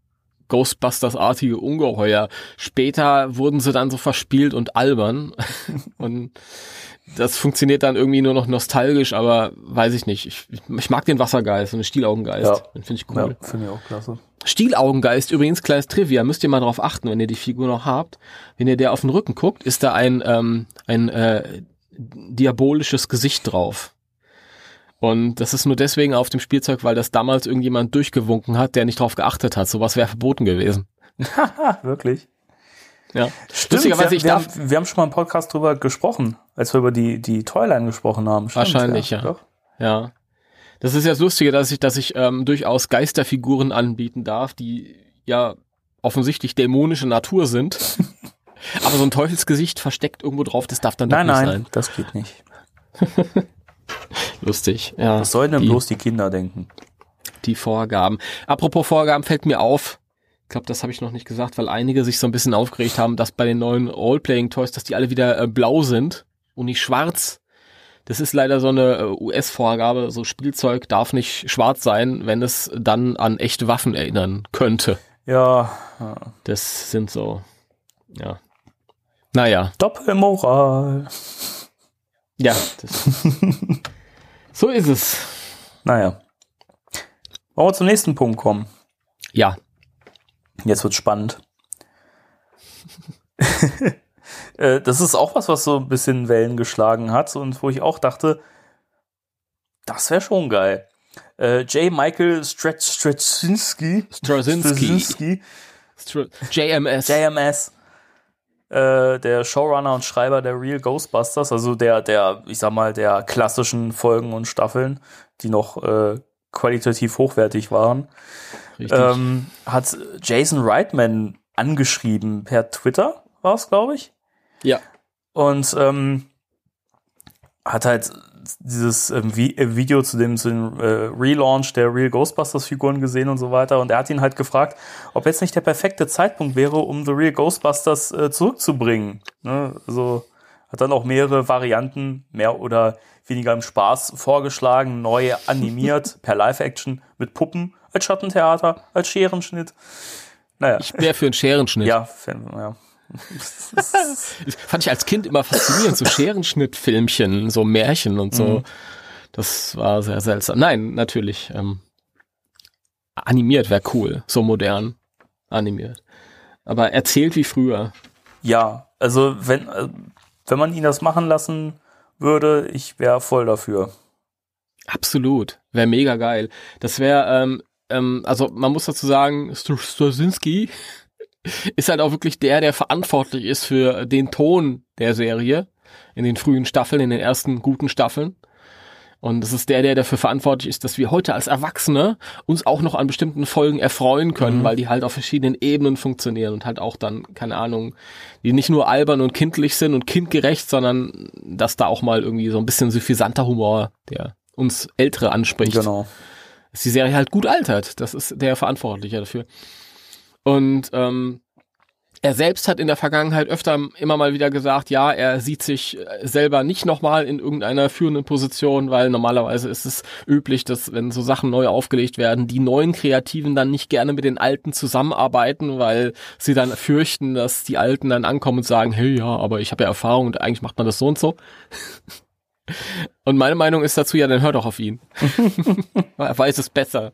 Ghostbusters-artige Ungeheuer. Später wurden sie dann so verspielt und albern. Und das funktioniert dann irgendwie nur noch nostalgisch, aber weiß ich nicht. Ich mag den Wassergeist und den Stielaugengeist. Ja. Den finde ich cool. Ja, finde ich auch klasse. Stielaugengeist, übrigens, kleines Trivia, müsst ihr mal drauf achten, wenn ihr die Figur noch habt. Wenn ihr der auf den Rücken guckt, ist da ein diabolisches Gesicht drauf. Und das ist nur deswegen auf dem Spielzeug, weil das damals irgendjemand durchgewunken hat, der nicht drauf geachtet hat. Sowas wäre verboten gewesen. Wirklich? Ja. Stimmt, wir haben schon mal im Podcast drüber gesprochen, als wir über die Toyline gesprochen haben. Stimmt, wahrscheinlich, ja. Doch. Ja. Das ist ja das Lustige, dass ich durchaus Geisterfiguren anbieten darf, die ja offensichtlich dämonische Natur sind. Aber so ein Teufelsgesicht versteckt irgendwo drauf, das darf dann doch nicht sein. Nein, das geht nicht. Lustig, ja. Was sollen denn bloß die Kinder denken? Die Vorgaben. Apropos Vorgaben fällt mir auf, ich glaube, das habe ich noch nicht gesagt, weil einige sich so ein bisschen aufgeregt haben, dass bei den neuen Role-Playing-Toys, dass die alle wieder blau sind und nicht schwarz. Das ist leider so eine US-Vorgabe, so Spielzeug darf nicht schwarz sein, wenn es dann an echte Waffen erinnern könnte. Ja. Das sind so, ja. Naja. Doppelmoral. Ja, so ist es. Naja. Wollen wir zum nächsten Punkt kommen? Ja. Jetzt wird's spannend. Das ist auch was so ein bisschen Wellen geschlagen hat und wo ich auch dachte, das wäre schon geil. J. Michael Straczynski. JMS. Der Showrunner und Schreiber der Real Ghostbusters, also der, ich sag mal, der klassischen Folgen und Staffeln, die noch qualitativ hochwertig waren, hat Jason Reitman angeschrieben per Twitter, war es, glaube ich. Ja. Und hat halt dieses Video zu dem Relaunch der Real Ghostbusters Figuren gesehen und so weiter. Und er hat ihn halt gefragt, ob jetzt nicht der perfekte Zeitpunkt wäre, um The Real Ghostbusters zurückzubringen. Ne? Also hat dann auch mehrere Varianten, mehr oder weniger im Spaß vorgeschlagen, neu animiert, per Live-Action, mit Puppen, als Schattentheater, als Scherenschnitt. Naja. Ich wäre für einen Scherenschnitt. Ja. Das fand ich als Kind immer faszinierend, so Scherenschnittfilmchen, so Märchen und so. Das war sehr seltsam. Nein, natürlich. Animiert wäre cool, so modern animiert. Aber erzählt wie früher. Ja, also wenn man ihn das machen lassen würde, ich wäre voll dafür. Absolut, wäre mega geil. Das wäre, also man muss dazu sagen, Straczynski ist halt auch wirklich der verantwortlich ist für den Ton der Serie in den frühen Staffeln, in den ersten guten Staffeln. Und das ist der dafür verantwortlich ist, dass wir heute als Erwachsene uns auch noch an bestimmten Folgen erfreuen können, weil die halt auf verschiedenen Ebenen funktionieren und halt auch dann, keine Ahnung, die nicht nur albern und kindlich sind und kindgerecht, sondern dass da auch mal irgendwie so ein bisschen suffisanter Humor, der uns Ältere anspricht. Genau. Dass die Serie halt gut altert. Das ist der Verantwortliche dafür. Und er selbst hat in der Vergangenheit öfter immer mal wieder gesagt, ja, er sieht sich selber nicht nochmal in irgendeiner führenden Position, weil normalerweise ist es üblich, dass wenn so Sachen neu aufgelegt werden, die neuen Kreativen dann nicht gerne mit den Alten zusammenarbeiten, weil sie dann fürchten, dass die Alten dann ankommen und sagen, hey, ja, aber ich habe ja Erfahrung und eigentlich macht man das so und so. Und meine Meinung ist dazu, ja, dann hör doch auf ihn. Er weiß es besser.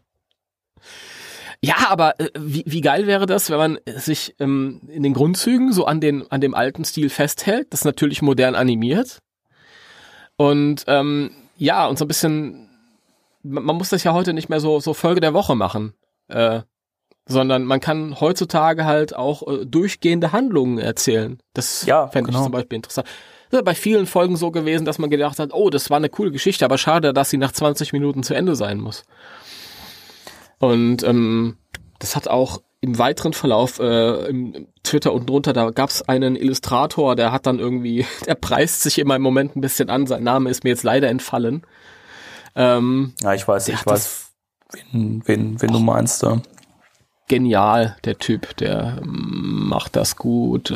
Ja, aber wie geil wäre das, wenn man sich in den Grundzügen so an dem alten Stil festhält, das natürlich modern animiert und ja, und so ein bisschen, man muss das ja heute nicht mehr so Folge der Woche machen, sondern man kann heutzutage halt auch durchgehende Handlungen erzählen. Das fände ich zum Beispiel interessant. Das ist bei vielen Folgen so gewesen, dass man gedacht hat, oh, das war eine coole Geschichte, aber schade, dass sie nach 20 Minuten zu Ende sein muss. Und das hat auch im weiteren Verlauf im Twitter unten drunter, da gab es einen Illustrator, der hat dann irgendwie, der preist sich immer im Moment ein bisschen an, sein Name ist mir jetzt leider entfallen. Ja, ich weiß, wen du meinst da. Genial, der Typ, der macht das gut.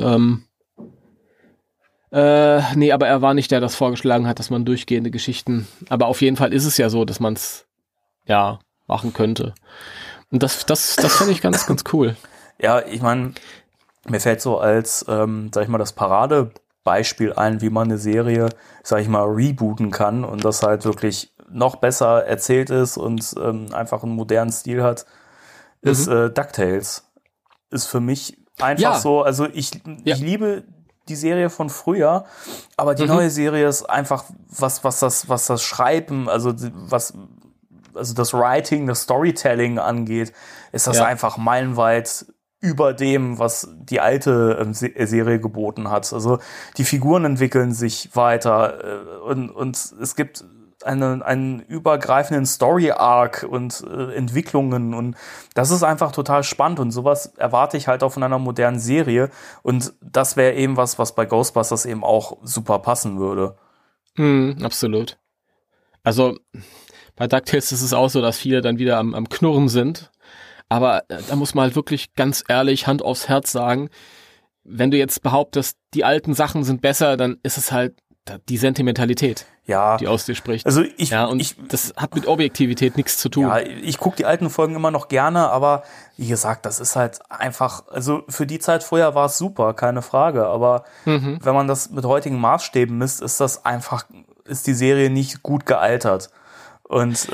Nee, aber er war nicht der, der das vorgeschlagen hat, dass man durchgehende Geschichten, aber auf jeden Fall ist es ja so, dass man es, ja, machen könnte. Und das fände ich ganz, ganz cool. Ja, ich meine, mir fällt so als, sag ich mal, das Paradebeispiel ein, wie man eine Serie, sag ich mal, rebooten kann und das halt wirklich noch besser erzählt ist und einfach einen modernen Stil hat, ist DuckTales. Ist für mich einfach so, also ich liebe die Serie von früher, aber die neue Serie ist einfach, was das Schreiben, also das Writing, das Storytelling angeht, ist das einfach meilenweit über dem, was die alte Serie geboten hat. Also die Figuren entwickeln sich weiter und es gibt einen übergreifenden Story-Arc und Entwicklungen und das ist einfach total spannend und sowas erwarte ich halt auch von einer modernen Serie und das wäre eben was bei Ghostbusters eben auch super passen würde. Absolut. Also bei DuckTales ist es auch so, dass viele dann wieder am Knurren sind, aber da muss man halt wirklich ganz ehrlich Hand aufs Herz sagen, wenn du jetzt behauptest, die alten Sachen sind besser, dann ist es halt die Sentimentalität, die aus dir spricht. Also das hat mit Objektivität nichts zu tun. Ja, ich gucke die alten Folgen immer noch gerne, aber wie gesagt, das ist halt einfach, also für die Zeit vorher war es super, keine Frage, aber wenn man das mit heutigen Maßstäben misst, ist die Serie nicht gut gealtert. Und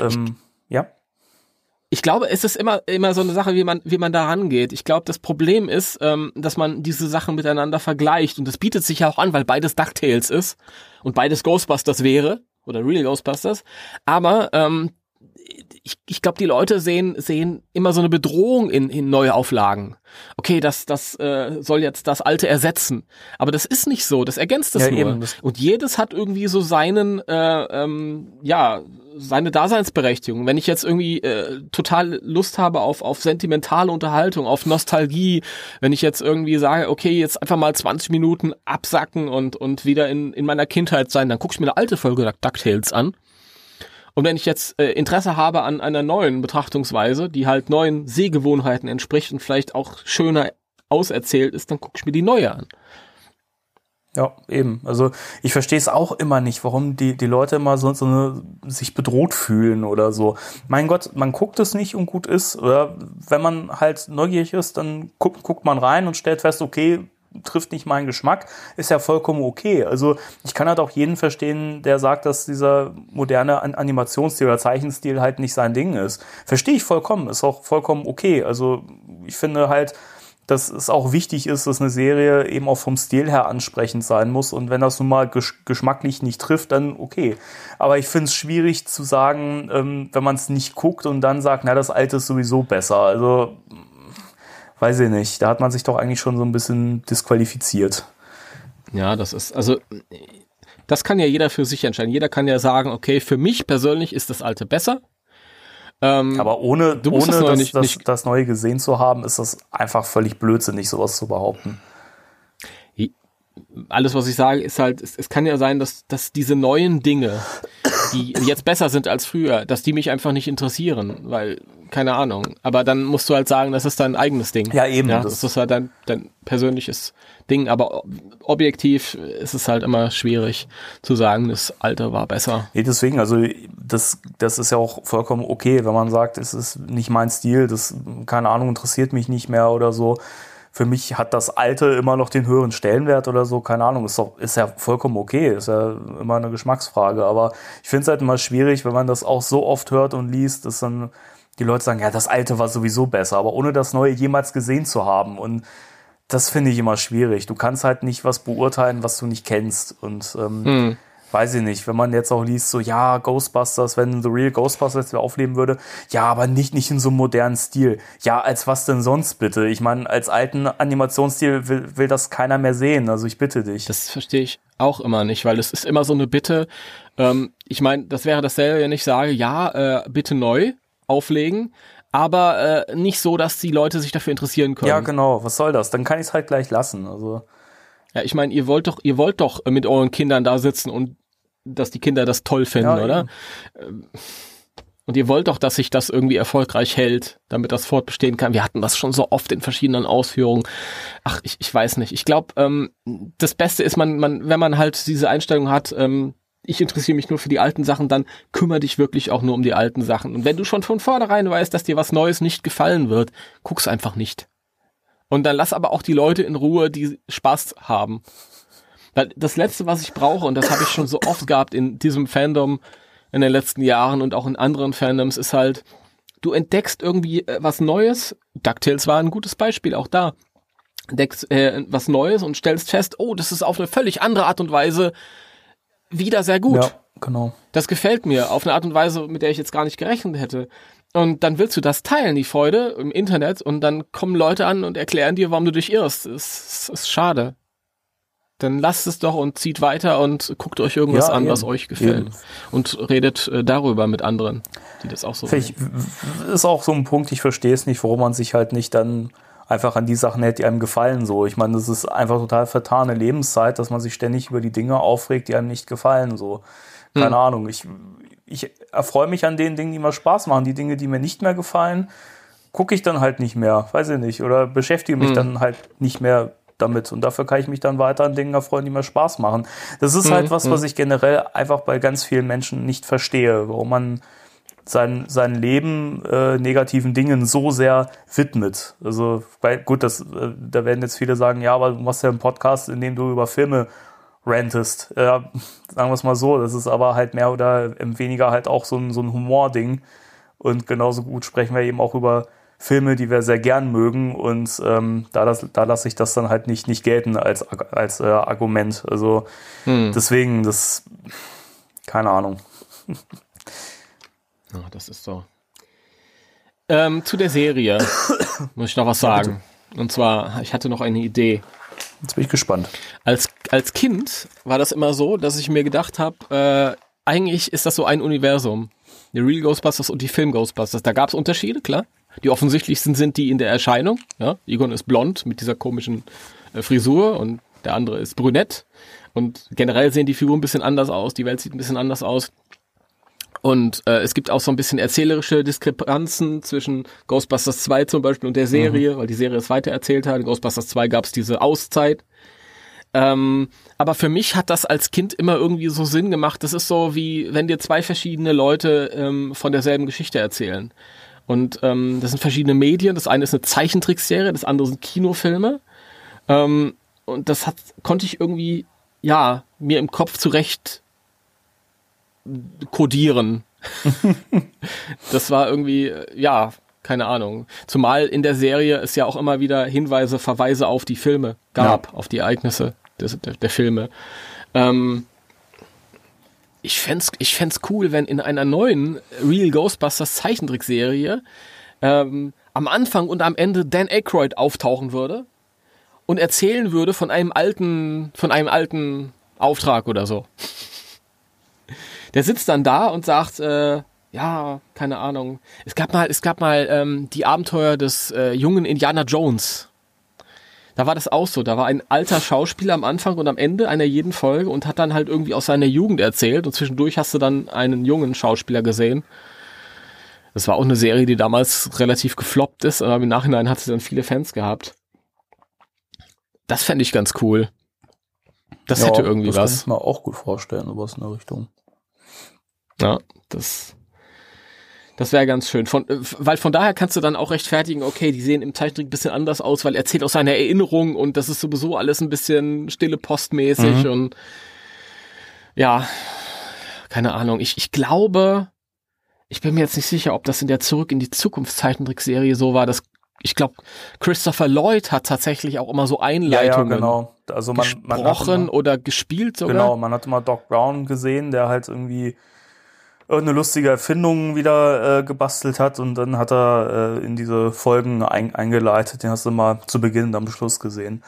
Ich glaube, es ist immer so eine Sache, wie man da rangeht. Ich glaube, das Problem ist, dass man diese Sachen miteinander vergleicht und das bietet sich ja auch an, weil beides DuckTales ist und beides Ghostbusters wäre oder Real Ghostbusters. Aber ich glaube, die Leute sehen immer so eine Bedrohung in Neuauflagen. Okay, das soll jetzt das Alte ersetzen. Aber das ist nicht so, das ergänzt es nur. Eben. Und jedes hat irgendwie so seine Daseinsberechtigung. Wenn ich jetzt irgendwie total Lust habe auf sentimentale Unterhaltung, auf Nostalgie, wenn ich jetzt irgendwie sage, okay, jetzt einfach mal 20 Minuten absacken und wieder in meiner Kindheit sein, dann gucke ich mir eine alte Folge DuckTales an. Und wenn ich jetzt Interesse habe an einer neuen Betrachtungsweise, die halt neuen Sehgewohnheiten entspricht und vielleicht auch schöner auserzählt ist, dann gucke ich mir die neue an. Ja, eben. Also ich verstehe es auch immer nicht, warum die Leute immer sich bedroht fühlen oder so. Mein Gott, man guckt es nicht und gut ist. Oder wenn man halt neugierig ist, dann guckt man rein und stellt fest, okay, trifft nicht meinen Geschmack, ist ja vollkommen okay. Also ich kann halt auch jeden verstehen, der sagt, dass dieser moderne Animationsstil oder Zeichenstil halt nicht sein Ding ist. Verstehe ich vollkommen, ist auch vollkommen okay. Also ich finde halt, dass es auch wichtig ist, dass eine Serie eben auch vom Stil her ansprechend sein muss und wenn das nun mal geschmacklich nicht trifft, dann okay. Aber ich finde es schwierig zu sagen, wenn man es nicht guckt und dann sagt, na, das Alte ist sowieso besser. Also weiß ich nicht, da hat man sich doch eigentlich schon so ein bisschen disqualifiziert. Ja, das kann ja jeder für sich entscheiden. Jeder kann ja sagen, okay, für mich persönlich ist das Alte besser. Aber ohne das Neue gesehen zu haben, ist das einfach völlig blödsinnig, sowas zu behaupten. Alles, was ich sage, ist halt, es kann ja sein, dass diese neuen Dinge, die jetzt besser sind als früher, dass die mich einfach nicht interessieren, weil, keine Ahnung. Aber dann musst du halt sagen, das ist dein eigenes Ding. Ja, eben. Ja, das ist halt dein persönliches Ding. Aber objektiv ist es halt immer schwierig zu sagen, das Alte war besser. Nee, deswegen, also das ist ja auch vollkommen okay, wenn man sagt, es ist nicht mein Stil, das, keine Ahnung, interessiert mich nicht mehr oder so. Für mich hat das Alte immer noch den höheren Stellenwert oder so, keine Ahnung, ist ja vollkommen okay, ist ja immer eine Geschmacksfrage, aber ich finde es halt immer schwierig, wenn man das auch so oft hört und liest, dass dann die Leute sagen, ja, das Alte war sowieso besser, aber ohne das Neue jemals gesehen zu haben und das finde ich immer schwierig. Du kannst halt nicht was beurteilen, was du nicht kennst und weiß ich nicht, wenn man jetzt auch liest, so ja, Ghostbusters, wenn The Real Ghostbusters wieder aufleben würde, ja, aber nicht in so einem modernen Stil. Ja, als was denn sonst bitte? Ich meine, als alten Animationsstil will das keiner mehr sehen, also ich bitte dich. Das verstehe ich auch immer nicht, weil es ist immer so eine Bitte, ich meine, das wäre dasselbe, wenn ich sage, ja, bitte neu auflegen, aber nicht so, dass die Leute sich dafür interessieren können. Ja, genau, was soll das? Dann kann ich es halt gleich lassen, also. Ja, ich meine, ihr wollt doch mit euren Kindern da sitzen und dass die Kinder das toll finden, ja, oder? Und ihr wollt doch, dass sich das irgendwie erfolgreich hält, damit das fortbestehen kann. Wir hatten das schon so oft in verschiedenen Ausführungen. Ach, ich weiß nicht. Ich glaube, das Beste ist, wenn man halt diese Einstellung hat, ich interessiere mich nur für die alten Sachen, dann kümmere dich wirklich auch nur um die alten Sachen. Und wenn du schon von vornherein weißt, dass dir was Neues nicht gefallen wird, guck's einfach nicht. Und dann lass aber auch die Leute in Ruhe, die Spaß haben. Weil das Letzte, was ich brauche, und das habe ich schon so oft gehabt in diesem Fandom in den letzten Jahren und auch in anderen Fandoms, ist halt, du entdeckst irgendwie was Neues. DuckTales war ein gutes Beispiel, auch da. Entdeckst was Neues und stellst fest, oh, das ist auf eine völlig andere Art und Weise wieder sehr gut. Ja, genau. Das gefällt mir auf eine Art und Weise, mit der ich jetzt gar nicht gerechnet hätte. Und dann willst du das teilen, die Freude im Internet, und dann kommen Leute an und erklären dir, warum du dich irrst. Das ist schade. Dann lasst es doch und zieht weiter und guckt euch irgendwas an, was euch gefällt. Und redet darüber mit anderen, die das auch so sehen. Ist auch so ein Punkt, ich verstehe es nicht, warum man sich halt nicht dann einfach an die Sachen hält, die einem gefallen. So, ich meine, das ist einfach total vertane Lebenszeit, dass man sich ständig über die Dinge aufregt, die einem nicht gefallen. So, keine Ahnung. Ich erfreue mich an den Dingen, die mir Spaß machen. Die Dinge, die mir nicht mehr gefallen, gucke ich dann halt nicht mehr. Weiß ich nicht. Oder beschäftige mich dann halt nicht mehr damit. Und dafür kann ich mich dann weiter an Dingen erfreuen, die mir Spaß machen. Das ist halt was ich generell einfach bei ganz vielen Menschen nicht verstehe. Warum man sein Leben negativen Dingen so sehr widmet. Also gut, da werden jetzt viele sagen, ja, aber du machst ja einen Podcast, in dem du über Filme rantest. Sagen wir es mal so, das ist aber halt mehr oder weniger halt auch so ein Humor-Ding. Und genauso gut sprechen wir eben auch über Filme, die wir sehr gern mögen, und da lasse ich das dann halt nicht gelten als Argument. Also deswegen, keine Ahnung. Ja, das ist so. Zu der Serie muss ich noch was sagen. Und zwar, ich hatte noch eine Idee. Jetzt bin ich gespannt. Als Kind war das immer so, dass ich mir gedacht habe, eigentlich ist das so ein Universum. Die Real Ghostbusters und die Film Ghostbusters. Da gab es Unterschiede, klar. Die offensichtlichsten sind die in der Erscheinung. Ja? Egon ist blond mit dieser komischen Frisur und der andere ist brünett. Und generell sehen die Figuren ein bisschen anders aus. Die Welt sieht ein bisschen anders aus. Und es gibt auch so ein bisschen erzählerische Diskrepanzen zwischen Ghostbusters 2 zum Beispiel und der Serie, weil die Serie es weitererzählt hat. In Ghostbusters 2 gab es diese Auszeit. Aber für mich hat das als Kind immer irgendwie so Sinn gemacht. Das ist so, wie wenn dir zwei verschiedene Leute von derselben Geschichte erzählen. Und das sind verschiedene Medien. Das eine ist eine Zeichentrickserie, das andere sind Kinofilme. Und das konnte ich irgendwie, ja, mir im Kopf zurecht kodieren. Das war irgendwie, ja, keine Ahnung. Zumal in der Serie es ja auch immer wieder Verweise auf die Filme gab, auf die Ereignisse der Filme. Ich fänd's cool, wenn in einer neuen Real Ghostbusters Zeichentrickserie am Anfang und am Ende Dan Aykroyd auftauchen würde und erzählen würde von einem alten Auftrag oder so. Der sitzt dann da und sagt, ja, keine Ahnung. Es gab mal die Abenteuer des jungen Indiana Jones. Da war das auch so. Da war ein alter Schauspieler am Anfang und am Ende einer jeden Folge und hat dann halt irgendwie aus seiner Jugend erzählt, und zwischendurch hast du dann einen jungen Schauspieler gesehen. Das war auch eine Serie, die damals relativ gefloppt ist, aber im Nachhinein hat sie dann viele Fans gehabt. Das fände ich ganz cool. Das hätte irgendwie was. Das kann ich mir auch gut vorstellen, sowas in der Richtung. Ja, das wäre ganz schön. Weil von daher kannst du dann auch rechtfertigen, okay, die sehen im Zeichentrick ein bisschen anders aus, weil er erzählt aus seiner Erinnerung und das ist sowieso alles ein bisschen stille postmäßig und ja, keine Ahnung. Ich glaube, ich bin mir jetzt nicht sicher, ob das in der Zurück in die Zukunft Zeichentrickserie so war. Ich glaube, Christopher Lloyd hat tatsächlich auch immer so Einleitungen genau. Also gesprochen oder gespielt sogar. Genau, man hat immer Doc Brown gesehen, der halt irgendwie irgendeine lustige Erfindung wieder gebastelt hat, und dann hat er in diese Folgen eingeleitet. Den hast du mal zu Beginn und am Schluss gesehen.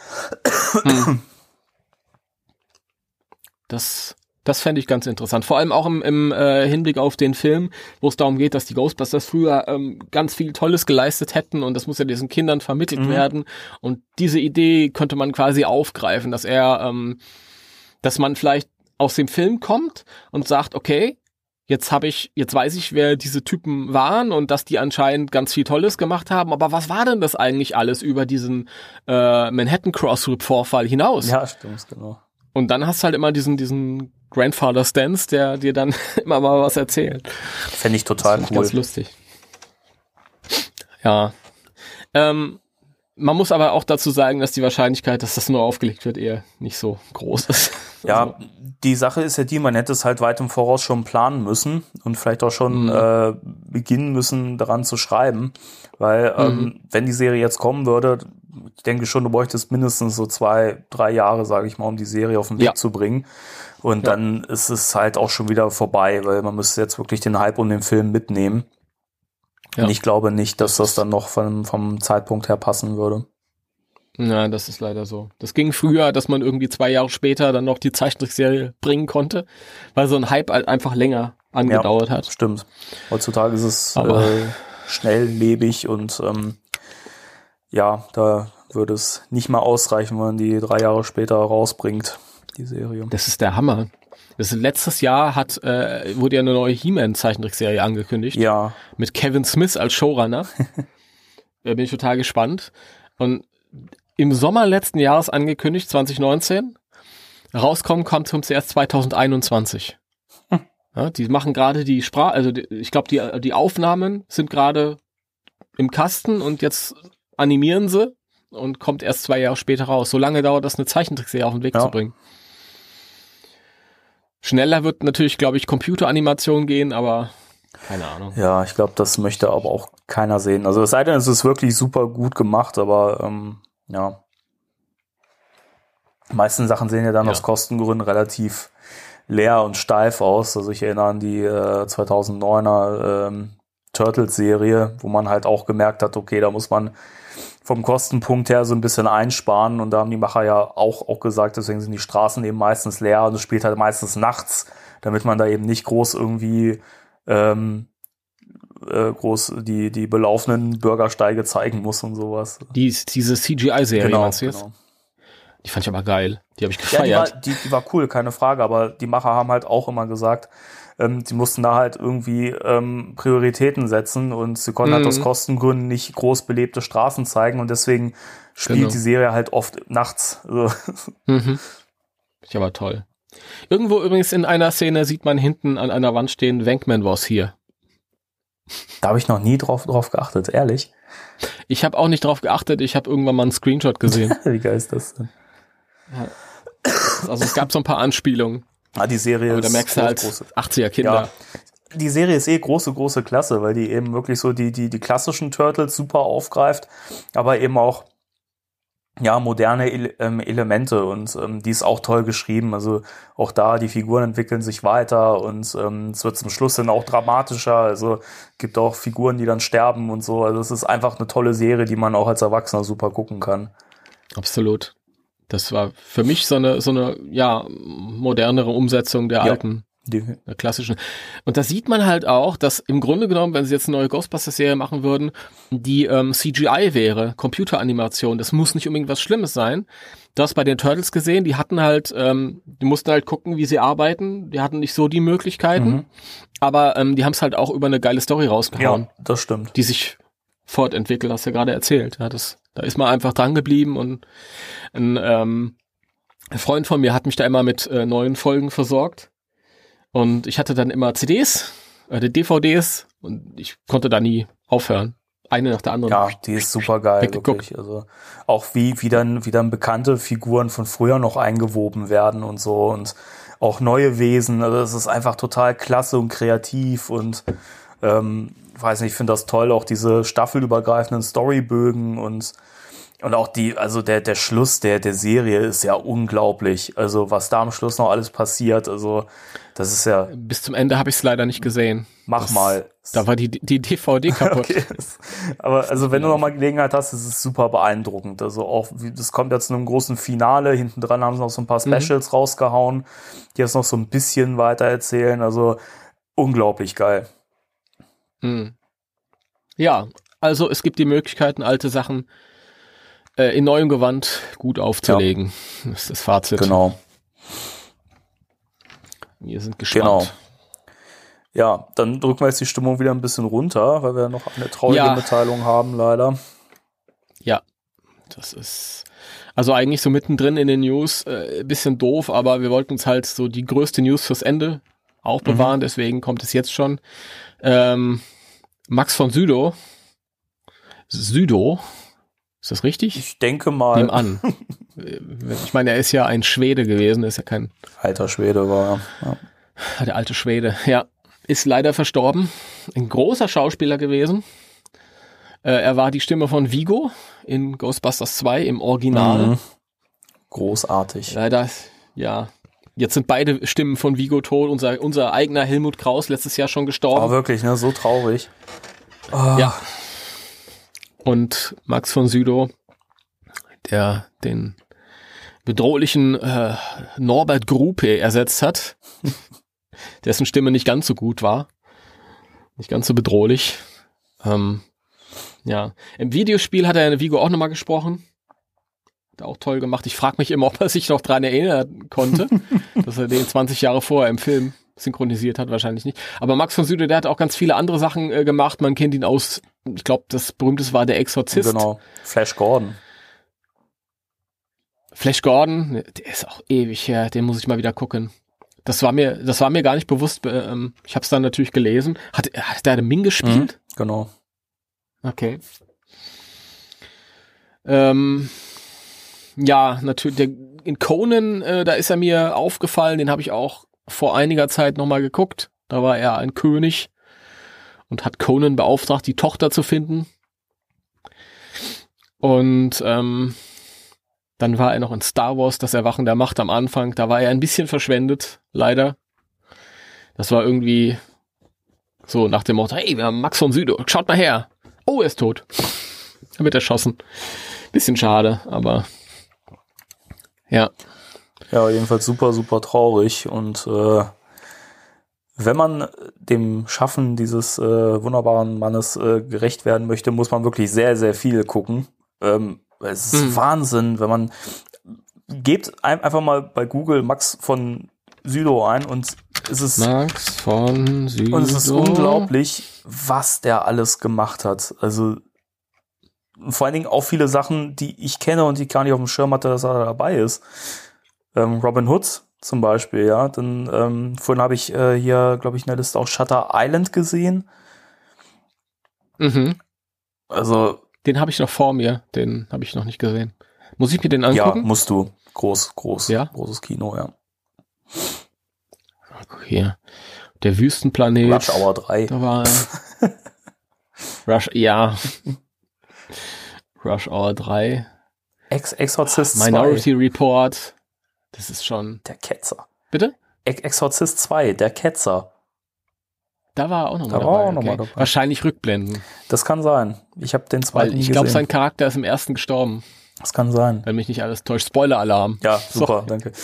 Das fände ich ganz interessant. Vor allem auch im Hinblick auf den Film, wo es darum geht, dass die Ghostbusters früher ganz viel Tolles geleistet hätten, und das muss ja diesen Kindern vermittelt werden. Und diese Idee könnte man quasi aufgreifen, dass man vielleicht aus dem Film kommt und sagt, okay, jetzt weiß ich, wer diese Typen waren und dass die anscheinend ganz viel Tolles gemacht haben, aber was war denn das eigentlich alles über diesen Manhattan Crossroad-Vorfall hinaus? Ja, stimmt, genau. Und dann hast du halt immer diesen Grandfather Stance, der dir dann immer mal was erzählt. Fände ich total cool. Ganz lustig. Ja. Man muss aber auch dazu sagen, dass die Wahrscheinlichkeit, dass das nur aufgelegt wird, eher nicht so groß ist. Ja, die Sache ist ja die, man hätte es halt weit im Voraus schon planen müssen und vielleicht auch schon beginnen müssen, daran zu schreiben. Weil wenn die Serie jetzt kommen würde, ich denke schon, du bräuchtest mindestens so 2-3 Jahre, sage ich mal, um die Serie auf den Weg zu bringen. Und dann ist es halt auch schon wieder vorbei, weil man müsste jetzt wirklich den Hype um den Film mitnehmen. Ja. Und ich glaube nicht, dass das dann noch vom Zeitpunkt her passen würde. Ja, das ist leider so. Das ging früher, dass man irgendwie 2 Jahre später dann noch die Zeichentrickserie bringen konnte, weil so ein Hype halt einfach länger angedauert hat. Stimmt. Heutzutage ist es schnelllebig und da würde es nicht mal ausreichen, wenn man die 3 Jahre später rausbringt, die Serie. Das ist der Hammer. Letztes Jahr wurde ja eine neue He-Man-Zeichentrickserie angekündigt. Ja. Mit Kevin Smith als Showrunner. Da bin ich total gespannt. Und im Sommer letzten Jahres angekündigt, 2019. Rauskommen kommt zuerst 2021. Ja, die machen gerade die Sprache, also ich glaube, die Aufnahmen sind gerade im Kasten und jetzt animieren sie und kommt erst 2 Jahre später raus. So lange dauert das, eine Zeichentrickserie auf den Weg zu bringen. Schneller wird natürlich, glaube ich, Computeranimation gehen, aber keine Ahnung. Ja, ich glaube, das möchte aber auch keiner sehen. Also es sei denn, es ist wirklich super gut gemacht, aber die meisten Sachen sehen ja dann aus Kostengründen relativ leer und steif aus. Also ich erinnere an die 2009er Turtles-Serie, wo man halt auch gemerkt hat, okay, da muss man vom Kostenpunkt her so ein bisschen einsparen und da haben die Macher ja auch gesagt, deswegen sind die Straßen eben meistens leer und es spielt halt meistens nachts, damit man da eben nicht groß irgendwie die belaufenen Bürgersteige zeigen muss und sowas. Diese CGI-Serie, meinst du jetzt? Genau. Die fand ich aber geil. Die habe ich gefeiert. Ja, die war cool, keine Frage, aber die Macher haben halt auch immer gesagt, sie mussten da halt irgendwie Prioritäten setzen und sie konnten halt aus Kostengründen nicht groß belebte Straßen zeigen und deswegen spielt die Serie halt oft nachts. Also. Ich aber toll. Irgendwo übrigens in einer Szene sieht man hinten an einer Wand stehen, Wankman was here. Da habe ich noch nie drauf geachtet, ehrlich. Ich habe auch nicht drauf geachtet, ich habe irgendwann mal einen Screenshot gesehen. Wie geil ist das denn? Ja. Also es gab so ein paar Anspielungen. Die Serie ist da merkst du halt 80er Kinder. Ja. Die Serie ist große Klasse, weil die eben wirklich so die klassischen Turtles super aufgreift, aber eben auch moderne Elemente und die ist auch toll geschrieben. Also auch da, die Figuren entwickeln sich weiter und es wird zum Schluss dann auch dramatischer. Also gibt auch Figuren, die dann sterben und so. Also es ist einfach eine tolle Serie, die man auch als Erwachsener super gucken kann. Absolut. Das war für mich so eine modernere Umsetzung der alten, der klassischen. Und da sieht man halt auch, dass im Grunde genommen, wenn sie jetzt eine neue Ghostbusters-Serie machen würden, die CGI wäre, Computeranimation. Das muss nicht unbedingt was Schlimmes sein. Du hast bei den Turtles gesehen, die hatten halt, die mussten halt gucken, wie sie arbeiten. Die hatten nicht so die Möglichkeiten. Aber die haben es halt auch über eine geile Story rausgehauen. Ja, das stimmt. Die sich fortentwickelt, hast du ja gerade erzählt. Ja, da ist man einfach dran geblieben und ein Freund von mir hat mich da immer mit neuen Folgen versorgt und ich hatte dann immer CDs, DVDs und ich konnte da nie aufhören. Eine nach der anderen. Ja, die ist super geil, wirklich. Also auch wie dann bekannte Figuren von früher noch eingewoben werden und so und auch neue Wesen. Also es ist einfach total klasse und kreativ und weiß nicht, ich finde das toll, auch diese staffelübergreifenden Storybögen und auch der Schluss der Serie ist ja unglaublich. Also was da am Schluss noch alles passiert, also das ist ja... Bis zum Ende habe ich es leider nicht gesehen. Mal. Da war die DVD kaputt. Okay. Aber also wenn du noch mal Gelegenheit hast, ist es super beeindruckend. Also auch, das kommt jetzt zu einem großen Finale. Hinten dran haben sie noch so ein paar Specials rausgehauen, die jetzt noch so ein bisschen weiter erzählen. Also unglaublich geil. Ja, also es gibt die Möglichkeiten, alte Sachen in neuem Gewand gut aufzulegen. Ja. Das ist das Fazit. Genau. Wir sind gespannt. Genau. Ja, dann drücken wir jetzt die Stimmung wieder ein bisschen runter, weil wir noch eine traurige Mitteilung haben, leider. Ja, das ist also eigentlich so mittendrin in den News ein bisschen doof, aber wir wollten uns halt so die größte News fürs Ende aufbewahren, deswegen kommt es jetzt schon. Max von Sydow Ist das richtig? Ich denke mal. Nehm an. Ich meine, er ist ja ein Schwede gewesen, ist ja kein... Alter Schwede war er. Ja. Der alte Schwede, ja. Ist leider verstorben. Ein großer Schauspieler gewesen. Er war die Stimme von Vigo in Ghostbusters 2 im Original. Mhm. Großartig. Leider, ja. Jetzt sind beide Stimmen von Vigo tot. Unser eigener Helmut Kraus letztes Jahr schon gestorben. Oh, wirklich, ne? So traurig. Oh. Ja. Und Max von Sydow, der den bedrohlichen Norbert Grupe ersetzt hat, dessen Stimme nicht ganz so gut war. Nicht ganz so bedrohlich. Ja. Im Videospiel hat er Vigo auch nochmal gesprochen. Hat er auch toll gemacht. Ich frage mich immer, ob er sich noch dran erinnern konnte, dass er den 20 Jahre vorher im Film synchronisiert hat. Wahrscheinlich nicht. Aber Max von Sydow, der hat auch ganz viele andere Sachen gemacht. Man kennt ihn aus, ich glaube, das berühmteste war der Exorzist. Genau. Flash Gordon. Flash Gordon, der ist auch ewig her. Den muss ich mal wieder gucken. Das war mir gar nicht bewusst. Ich habe es dann natürlich gelesen. Hat der Ming gespielt? Genau. Okay. Ja, natürlich. In Conan, da ist er mir aufgefallen. Den habe ich auch vor einiger Zeit nochmal geguckt. Da war er ein König und hat Conan beauftragt, die Tochter zu finden. Und dann war er noch in Star Wars, das Erwachen der Macht am Anfang. Da war er ein bisschen verschwendet, leider. Das war irgendwie so nach dem Motto, hey, wir haben Max von Sydow, schaut mal her. Oh, er ist tot. Er wird erschossen. Bisschen schade, aber ja. Ja, jedenfalls super, super traurig. Und wenn man dem Schaffen dieses wunderbaren Mannes gerecht werden möchte, muss man wirklich sehr, sehr viel gucken. Es ist Wahnsinn, wenn man gebt einfach mal bei Google Max von Sydow ein und es ist Max von Sydow. Und es ist unglaublich, was der alles gemacht hat. Also vor allen Dingen auch viele Sachen, die ich kenne und die gar nicht auf dem Schirm hatte, dass er dabei ist. Robin Hood zum Beispiel, ja. Dann vorhin habe ich hier, glaube ich, in der Liste auch Shutter Island gesehen. Mhm. Also den habe ich noch vor mir, den habe ich noch nicht gesehen. Muss ich mir den angucken? Ja, musst du. Ja? Großes Kino, ja. Okay. Der Wüstenplanet. Rush Hour 3. Da war ja. Rush Hour 3. Exorzist 2. Minority Report. Das ist schon... Der Ketzer. Bitte? Exorzist 2, der Ketzer. Da war er auch nochmal dabei. Okay. Wahrscheinlich Rückblenden. Das kann sein. Ich habe den zweiten Weil ich glaube, sein Charakter ist im ersten gestorben. Das kann sein. Wenn mich nicht alles täuscht. Spoiler-Alarm. Ja, super, so. Danke.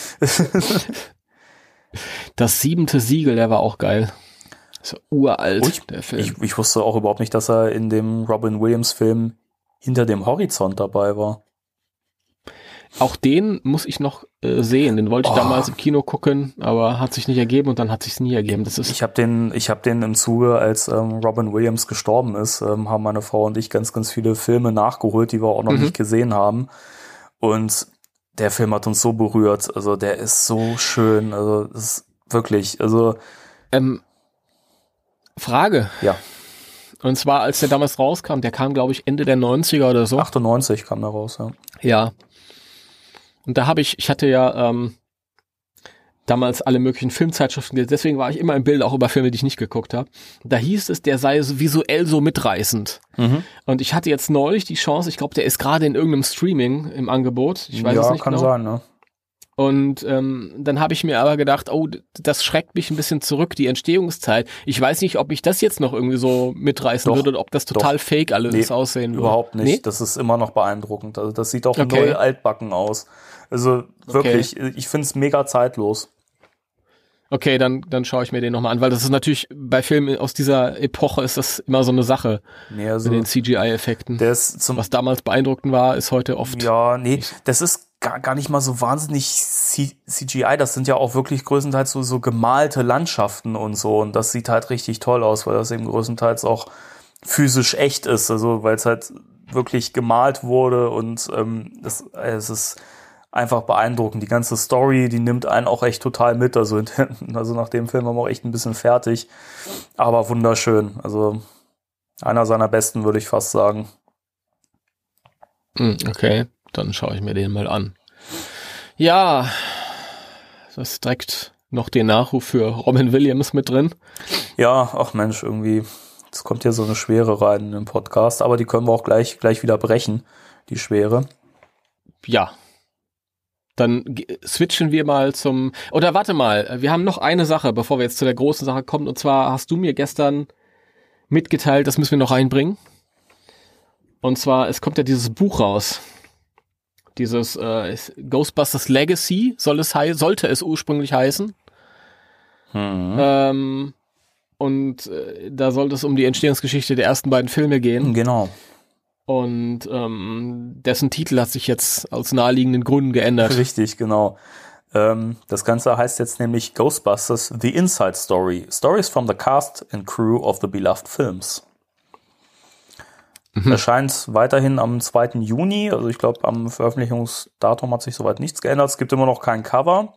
Das 7. Siegel, der war auch geil. Das ist uralt, der Film. Ich wusste auch überhaupt nicht, dass er in dem Robin Williams-Film Hinter dem Horizont dabei war. Auch den muss ich noch sehen. Den wollte ich damals im Kino gucken, aber hat sich nicht ergeben und dann hat sich's nie ergeben. Das ist ich hab den im Zuge, als Robin Williams gestorben ist, haben meine Frau und ich ganz, ganz viele Filme nachgeholt, die wir auch noch nicht gesehen haben. Und der Film hat uns so berührt. Also der ist so schön. Also das ist wirklich, also Frage. Ja. Und zwar, als der damals rauskam, der kam, glaube ich, Ende der 90er oder so. 98 kam der raus, ja. Ja. Und da habe ich hatte ja damals alle möglichen Filmzeitschriften gelesen, deswegen war ich immer im Bild auch über Filme, die ich nicht geguckt habe. Da hieß es, der sei so visuell so mitreißend. Mhm. Und ich hatte jetzt neulich die Chance, ich glaube, der ist gerade in irgendeinem Streaming im Angebot. Ich weiß es nicht kann genau. Sein, ne? Und dann habe ich mir aber gedacht, oh, das schreckt mich ein bisschen zurück, die Entstehungszeit. Ich weiß nicht, ob ich das jetzt noch irgendwie so mitreißen würde oder ob das total fake alles aussehen würde. Überhaupt nicht. Nee? Das ist immer noch beeindruckend. Also das sieht auch neu altbacken aus. Also wirklich, ich finde es mega zeitlos. Okay, dann schaue ich mir den nochmal an, weil das ist natürlich, bei Filmen aus dieser Epoche ist das immer so eine Sache. Nee, also mit den CGI-Effekten. Was damals beeindruckend war, ist heute oft... Ja, nee, das ist gar nicht mal so wahnsinnig CGI. Das sind ja auch wirklich größtenteils so gemalte Landschaften und so. Und das sieht halt richtig toll aus, weil das eben größtenteils auch physisch echt ist. Also weil es halt wirklich gemalt wurde und es ist einfach beeindruckend. Die ganze Story, die nimmt einen auch echt total mit. Also nach dem Film waren wir auch echt ein bisschen fertig. Aber wunderschön. Also einer seiner besten, würde ich fast sagen. Okay, dann schaue ich mir den mal an. Ja, das ist direkt noch den Nachruf für Robin Williams mit drin. Ja, ach Mensch, irgendwie, es kommt hier so eine Schwere rein in den Podcast, aber die können wir auch gleich wieder brechen, die Schwere. Ja. Dann switchen wir mal oder warte mal, wir haben noch eine Sache, bevor wir jetzt zu der großen Sache kommen, und zwar hast du mir gestern mitgeteilt, das müssen wir noch reinbringen. Und zwar, es kommt ja dieses Buch raus. Dieses Ghostbusters Legacy sollte es ursprünglich heißen. Und da sollte es um die Entstehungsgeschichte der ersten beiden Filme gehen. Genau. Und dessen Titel hat sich jetzt aus naheliegenden Gründen geändert. Richtig, genau. Das Ganze heißt jetzt nämlich Ghostbusters The Inside Story. Stories from the Cast and Crew of the Beloved Films. Erscheint weiterhin am 2. Juni. Also ich glaube, am Veröffentlichungsdatum hat sich soweit nichts geändert. Es gibt immer noch kein Cover.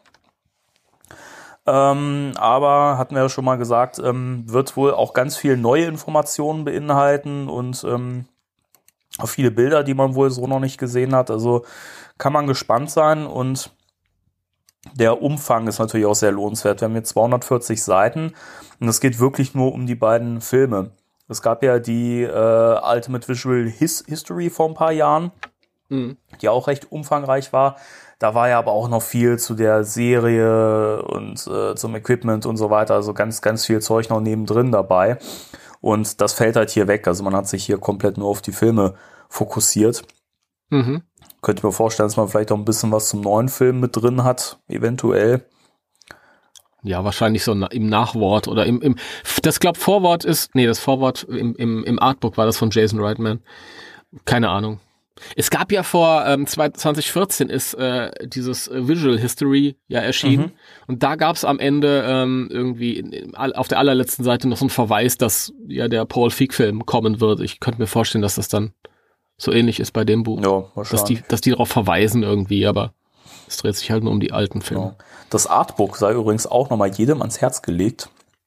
Aber hatten wir ja schon mal gesagt, wird wohl auch ganz viel neue Informationen beinhalten und auch viele Bilder, die man wohl so noch nicht gesehen hat. Also kann man gespannt sein und der Umfang ist natürlich auch sehr lohnenswert. Wir haben hier 240 Seiten und es geht wirklich nur um die beiden Filme. Es gab ja die Ultimate Visual History vor ein paar Jahren, die auch recht umfangreich war. Da war ja aber auch noch viel zu der Serie und zum Equipment und so weiter. Also ganz, ganz viel Zeug noch nebendrin dabei. Und das fällt halt hier weg. Also man hat sich hier komplett nur auf die Filme fokussiert. Könnte mir vorstellen, dass man vielleicht auch ein bisschen was zum neuen Film mit drin hat, eventuell. Ja, wahrscheinlich so im Nachwort oder das Vorwort ist, das Vorwort im Artbook war das von Jason Reitman. Keine Ahnung. Es gab ja vor 2014 ist dieses Visual History ja erschienen und da gab es am Ende irgendwie auf der allerletzten Seite noch so einen Verweis, dass ja der Paul Feig-Film kommen wird. Ich könnte mir vorstellen, dass das dann so ähnlich ist bei dem Buch. Ja, wahrscheinlich. Dass die darauf verweisen irgendwie, aber es dreht sich halt nur um die alten Filme. Ja. Das Artbook sei übrigens auch nochmal jedem ans Herz gelegt.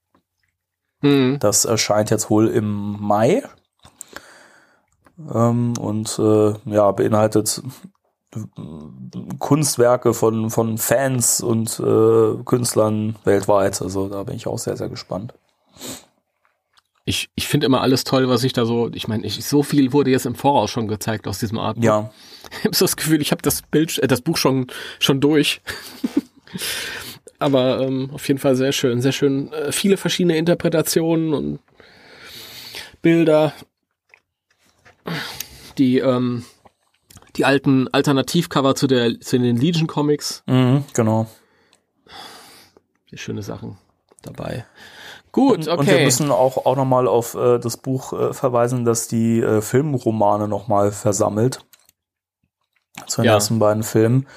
Das erscheint jetzt wohl im Mai. Und beinhaltet Kunstwerke von Fans und Künstlern weltweit. Also da bin ich auch sehr, sehr gespannt. Ich finde immer alles toll, was ich da so, ich meine, so viel wurde jetzt im Voraus schon gezeigt aus diesem Artbook. Ja. Ich habe so das Gefühl, ich habe das Buch schon durch. Aber auf jeden Fall sehr schön. Sehr schön. Viele verschiedene Interpretationen und Bilder. Die alten Alternativcover zu den Legion Comics. Genau. Sehr schöne Sachen dabei. Gut, okay. Und wir müssen auch nochmal auf das Buch verweisen, das die Filmromane nochmal versammelt. Zu den ersten beiden Filmen.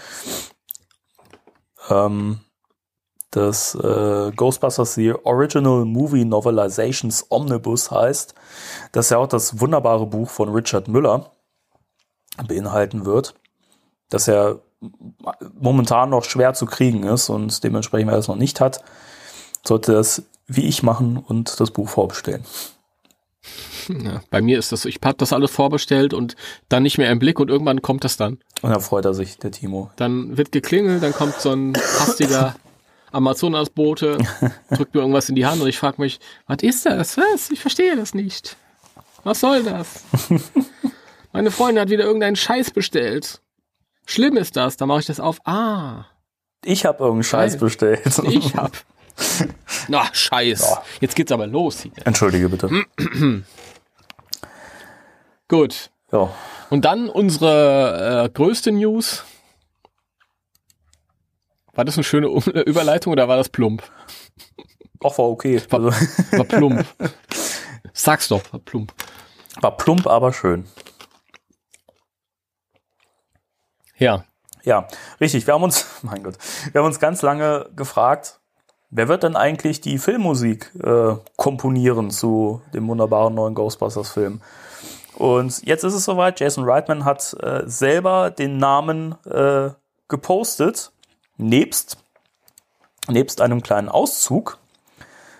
Das Ghostbusters The Original Movie Novelizations Omnibus heißt, das ja auch das wunderbare Buch von Richard Müller beinhalten wird, das ja momentan noch schwer zu kriegen ist und dementsprechend, wer es noch nicht hat, sollte das wie ich machen und das Buch vorbestellen. Ja, bei mir ist das so, ich habe das alles vorbestellt und dann nicht mehr im Blick und irgendwann kommt das dann. Und dann freut er sich, der Timo. Dann wird geklingelt, dann kommt so ein hastiger Amazonas-Bote, drückt mir irgendwas in die Hand und ich frage mich, was ist das? Was? Ich verstehe das nicht. Was soll das? Meine Freundin hat wieder irgendeinen Scheiß bestellt. Schlimm ist das, dann mache ich das auf. Ich habe irgendeinen Scheiß bestellt. Ich hab. Na, Scheiß. Ja. Jetzt geht's aber los hier. Entschuldige bitte. Gut. Ja. Und dann unsere größte News. War das eine schöne Überleitung oder war das plump? Ach, war okay. War plump. Sag's doch, war plump. War plump, aber schön. Ja. Ja, richtig. Wir haben uns ganz lange gefragt, wer wird denn eigentlich die Filmmusik komponieren zu dem wunderbaren neuen Ghostbusters-Film? Und jetzt ist es soweit. Jason Reitman hat selber den Namen gepostet, nebst einem kleinen Auszug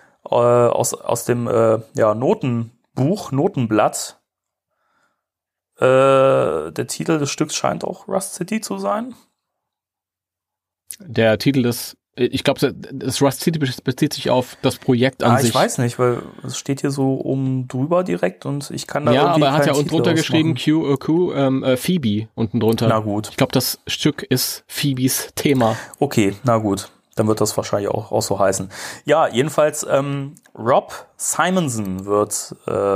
aus dem Notenblatt Der Titel des Stücks scheint auch Rust City zu sein. Der Titel des, ich glaube, das Rust City bezieht sich auf das Projekt an sich. Ich weiß nicht, weil es steht hier so oben drüber direkt und ich kann da ja, irgendwie aber er hat ja keinen unten drunter Titel geschrieben, Phoebe unten drunter. Na gut. Ich glaube, das Stück ist Phoebes Thema. Okay, na gut. Dann wird das wahrscheinlich auch so heißen. Ja, jedenfalls Rob Simonson wird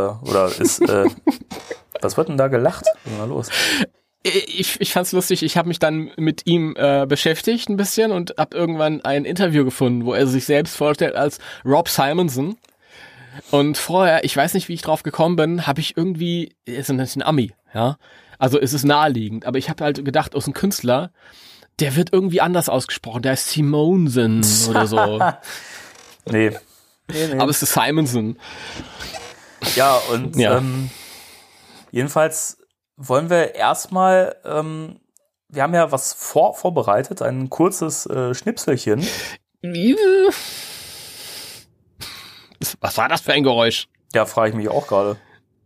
was wird denn da gelacht? Was ist denn da los? Ich fand's lustig, ich habe mich dann mit ihm beschäftigt ein bisschen und habe irgendwann ein Interview gefunden, wo er sich selbst vorstellt als Rob Simonson. Und vorher, ich weiß nicht, wie ich drauf gekommen bin, habe ich irgendwie, ist ein Ami, ja, also es ist naheliegend, aber ich habe halt gedacht, aus einem Künstler, der wird irgendwie anders ausgesprochen, der ist Simonsen oder so. Nee. Aber es ist Simonson. Ja, und ja. Jedenfalls wollen wir erstmal, wir haben ja was vorbereitet, ein kurzes Schnipselchen. Was war das für ein Geräusch? Ja, frage ich mich auch gerade.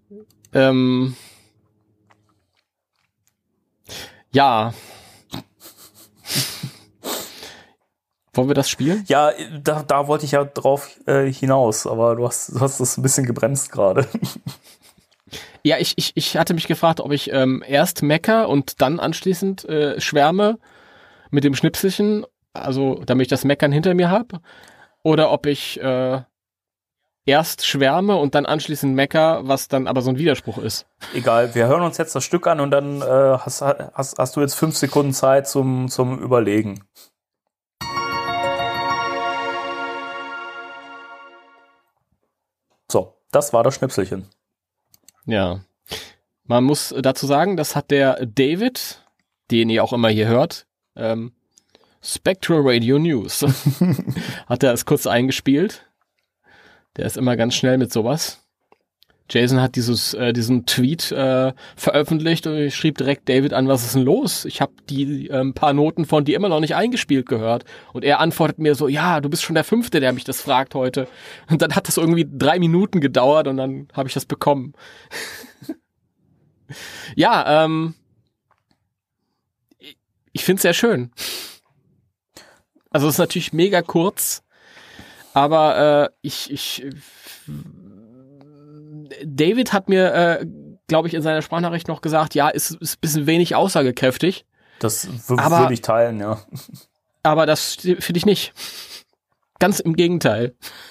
Ja. Wollen wir das spielen? Ja, da wollte ich ja drauf hinaus, aber du hast das ein bisschen gebremst gerade. Ja, ich hatte mich gefragt, ob ich erst mecker und dann anschließend schwärme mit dem Schnipselchen, also damit ich das Meckern hinter mir habe, oder ob ich erst schwärme und dann anschließend mecker, was dann aber so ein Widerspruch ist. Egal, wir hören uns jetzt das Stück an und dann hast du jetzt 5 Sekunden Zeit zum Überlegen. So, das war das Schnipselchen. Ja, man muss dazu sagen, das hat der David, den ihr auch immer hier hört, Spectral Radio News, hat er es kurz eingespielt. Der ist immer ganz schnell mit sowas. Jason hat diesen Tweet veröffentlicht und ich schrieb direkt David an, was ist denn los? Ich habe die paar Noten von dir immer noch nicht eingespielt gehört. Und er antwortet mir so, ja, du bist schon der 5., der mich das fragt heute. Und dann hat das irgendwie 3 Minuten gedauert und dann habe ich das bekommen. Ja, ich find's sehr schön. Also es ist natürlich mega kurz, aber David hat mir, glaube ich, in seiner Sprachnachricht noch gesagt, ja, ist ein bisschen wenig aussagekräftig. Das würde ich teilen, ja. Aber das finde ich nicht. Ganz im Gegenteil.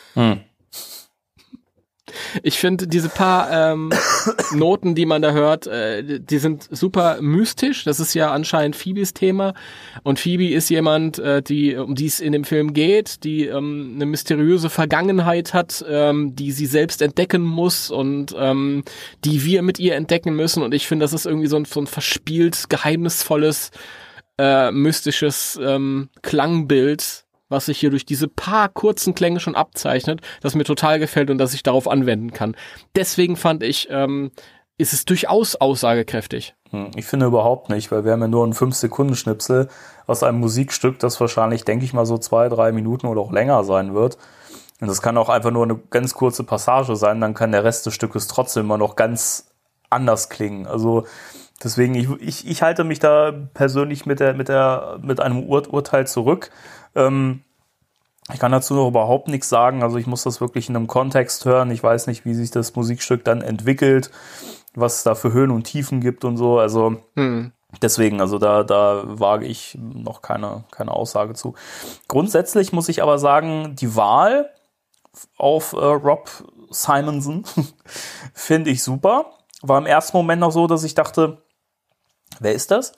Ich finde, diese paar Noten, die man da hört, die sind super mystisch. Das ist ja anscheinend Phoebes Thema. Und Phoebe ist jemand, um die es in dem Film geht, die eine mysteriöse Vergangenheit hat, die sie selbst entdecken muss und die wir mit ihr entdecken müssen. Und ich finde, das ist irgendwie so ein verspielt, geheimnisvolles, mystisches Klangbild, was sich hier durch diese paar kurzen Klänge schon abzeichnet, das mir total gefällt und das ich darauf anwenden kann. Deswegen fand ich, ist es durchaus aussagekräftig. Ich finde überhaupt nicht, weil wir haben ja nur einen 5-Sekunden-Schnipsel aus einem Musikstück, das wahrscheinlich, denke ich mal, so 2-3 Minuten oder auch länger sein wird. Und das kann auch einfach nur eine ganz kurze Passage sein, dann kann der Rest des Stückes trotzdem immer noch ganz anders klingen. Also deswegen, ich halte mich da persönlich mit einem Urteil zurück. Ich kann dazu noch überhaupt nichts sagen. Also ich muss das wirklich in einem Kontext hören. Ich weiß nicht, wie sich das Musikstück dann entwickelt, was es da für Höhen und Tiefen gibt und so. Also deswegen, also da wage ich noch keine Aussage zu. Grundsätzlich muss ich aber sagen, die Wahl auf Rob Simonson finde ich super. War im ersten Moment noch so, dass ich dachte, wer ist das?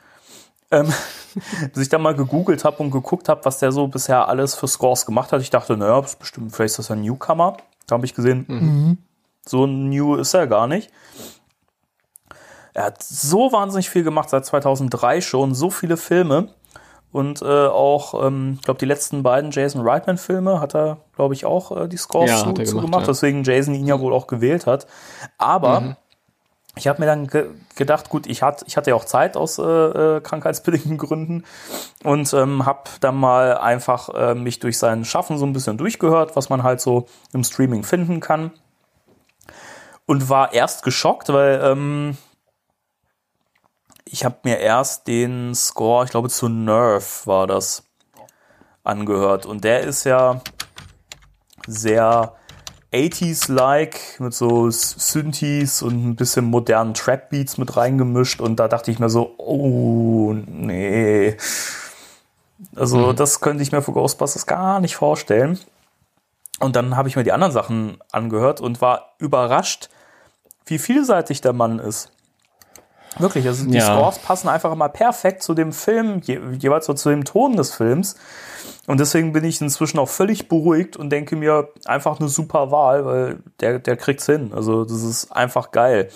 Bis ich dann mal gegoogelt habe und geguckt habe, was der so bisher alles für Scores gemacht hat. Ich dachte, naja, das ist bestimmt, vielleicht ist das ein Newcomer. Da habe ich gesehen, so new ist er gar nicht. Er hat so wahnsinnig viel gemacht, seit 2003 schon, so viele Filme. Und auch, ich glaube, die letzten beiden Jason Reitman-Filme hat er, glaube ich, auch die Scores zu gemacht. Ja. Deswegen Jason ihn ja wohl auch gewählt hat. Aber ich habe mir dann gedacht, gut, ich hatte ja auch Zeit aus krankheitsbedingten Gründen und habe dann mal einfach mich durch sein Schaffen so ein bisschen durchgehört, was man halt so im Streaming finden kann. Und war erst geschockt, weil ich habe mir erst den Score, ich glaube zu Nerve war das, angehört. Und der ist ja sehr 80s-like, mit so Synthes und ein bisschen modernen Trap-Beats mit reingemischt. Und da dachte ich mir so, oh, nee. Also das könnte ich mir für Ghostbusters gar nicht vorstellen. Und dann habe ich mir die anderen Sachen angehört und war überrascht, wie vielseitig der Mann ist. Wirklich, also die Scores passen einfach immer perfekt zu dem Film, jeweils so zu dem Ton des Films. Und deswegen bin ich inzwischen auch völlig beruhigt und denke mir, einfach eine super Wahl, weil der kriegt's hin. Also das ist einfach geil.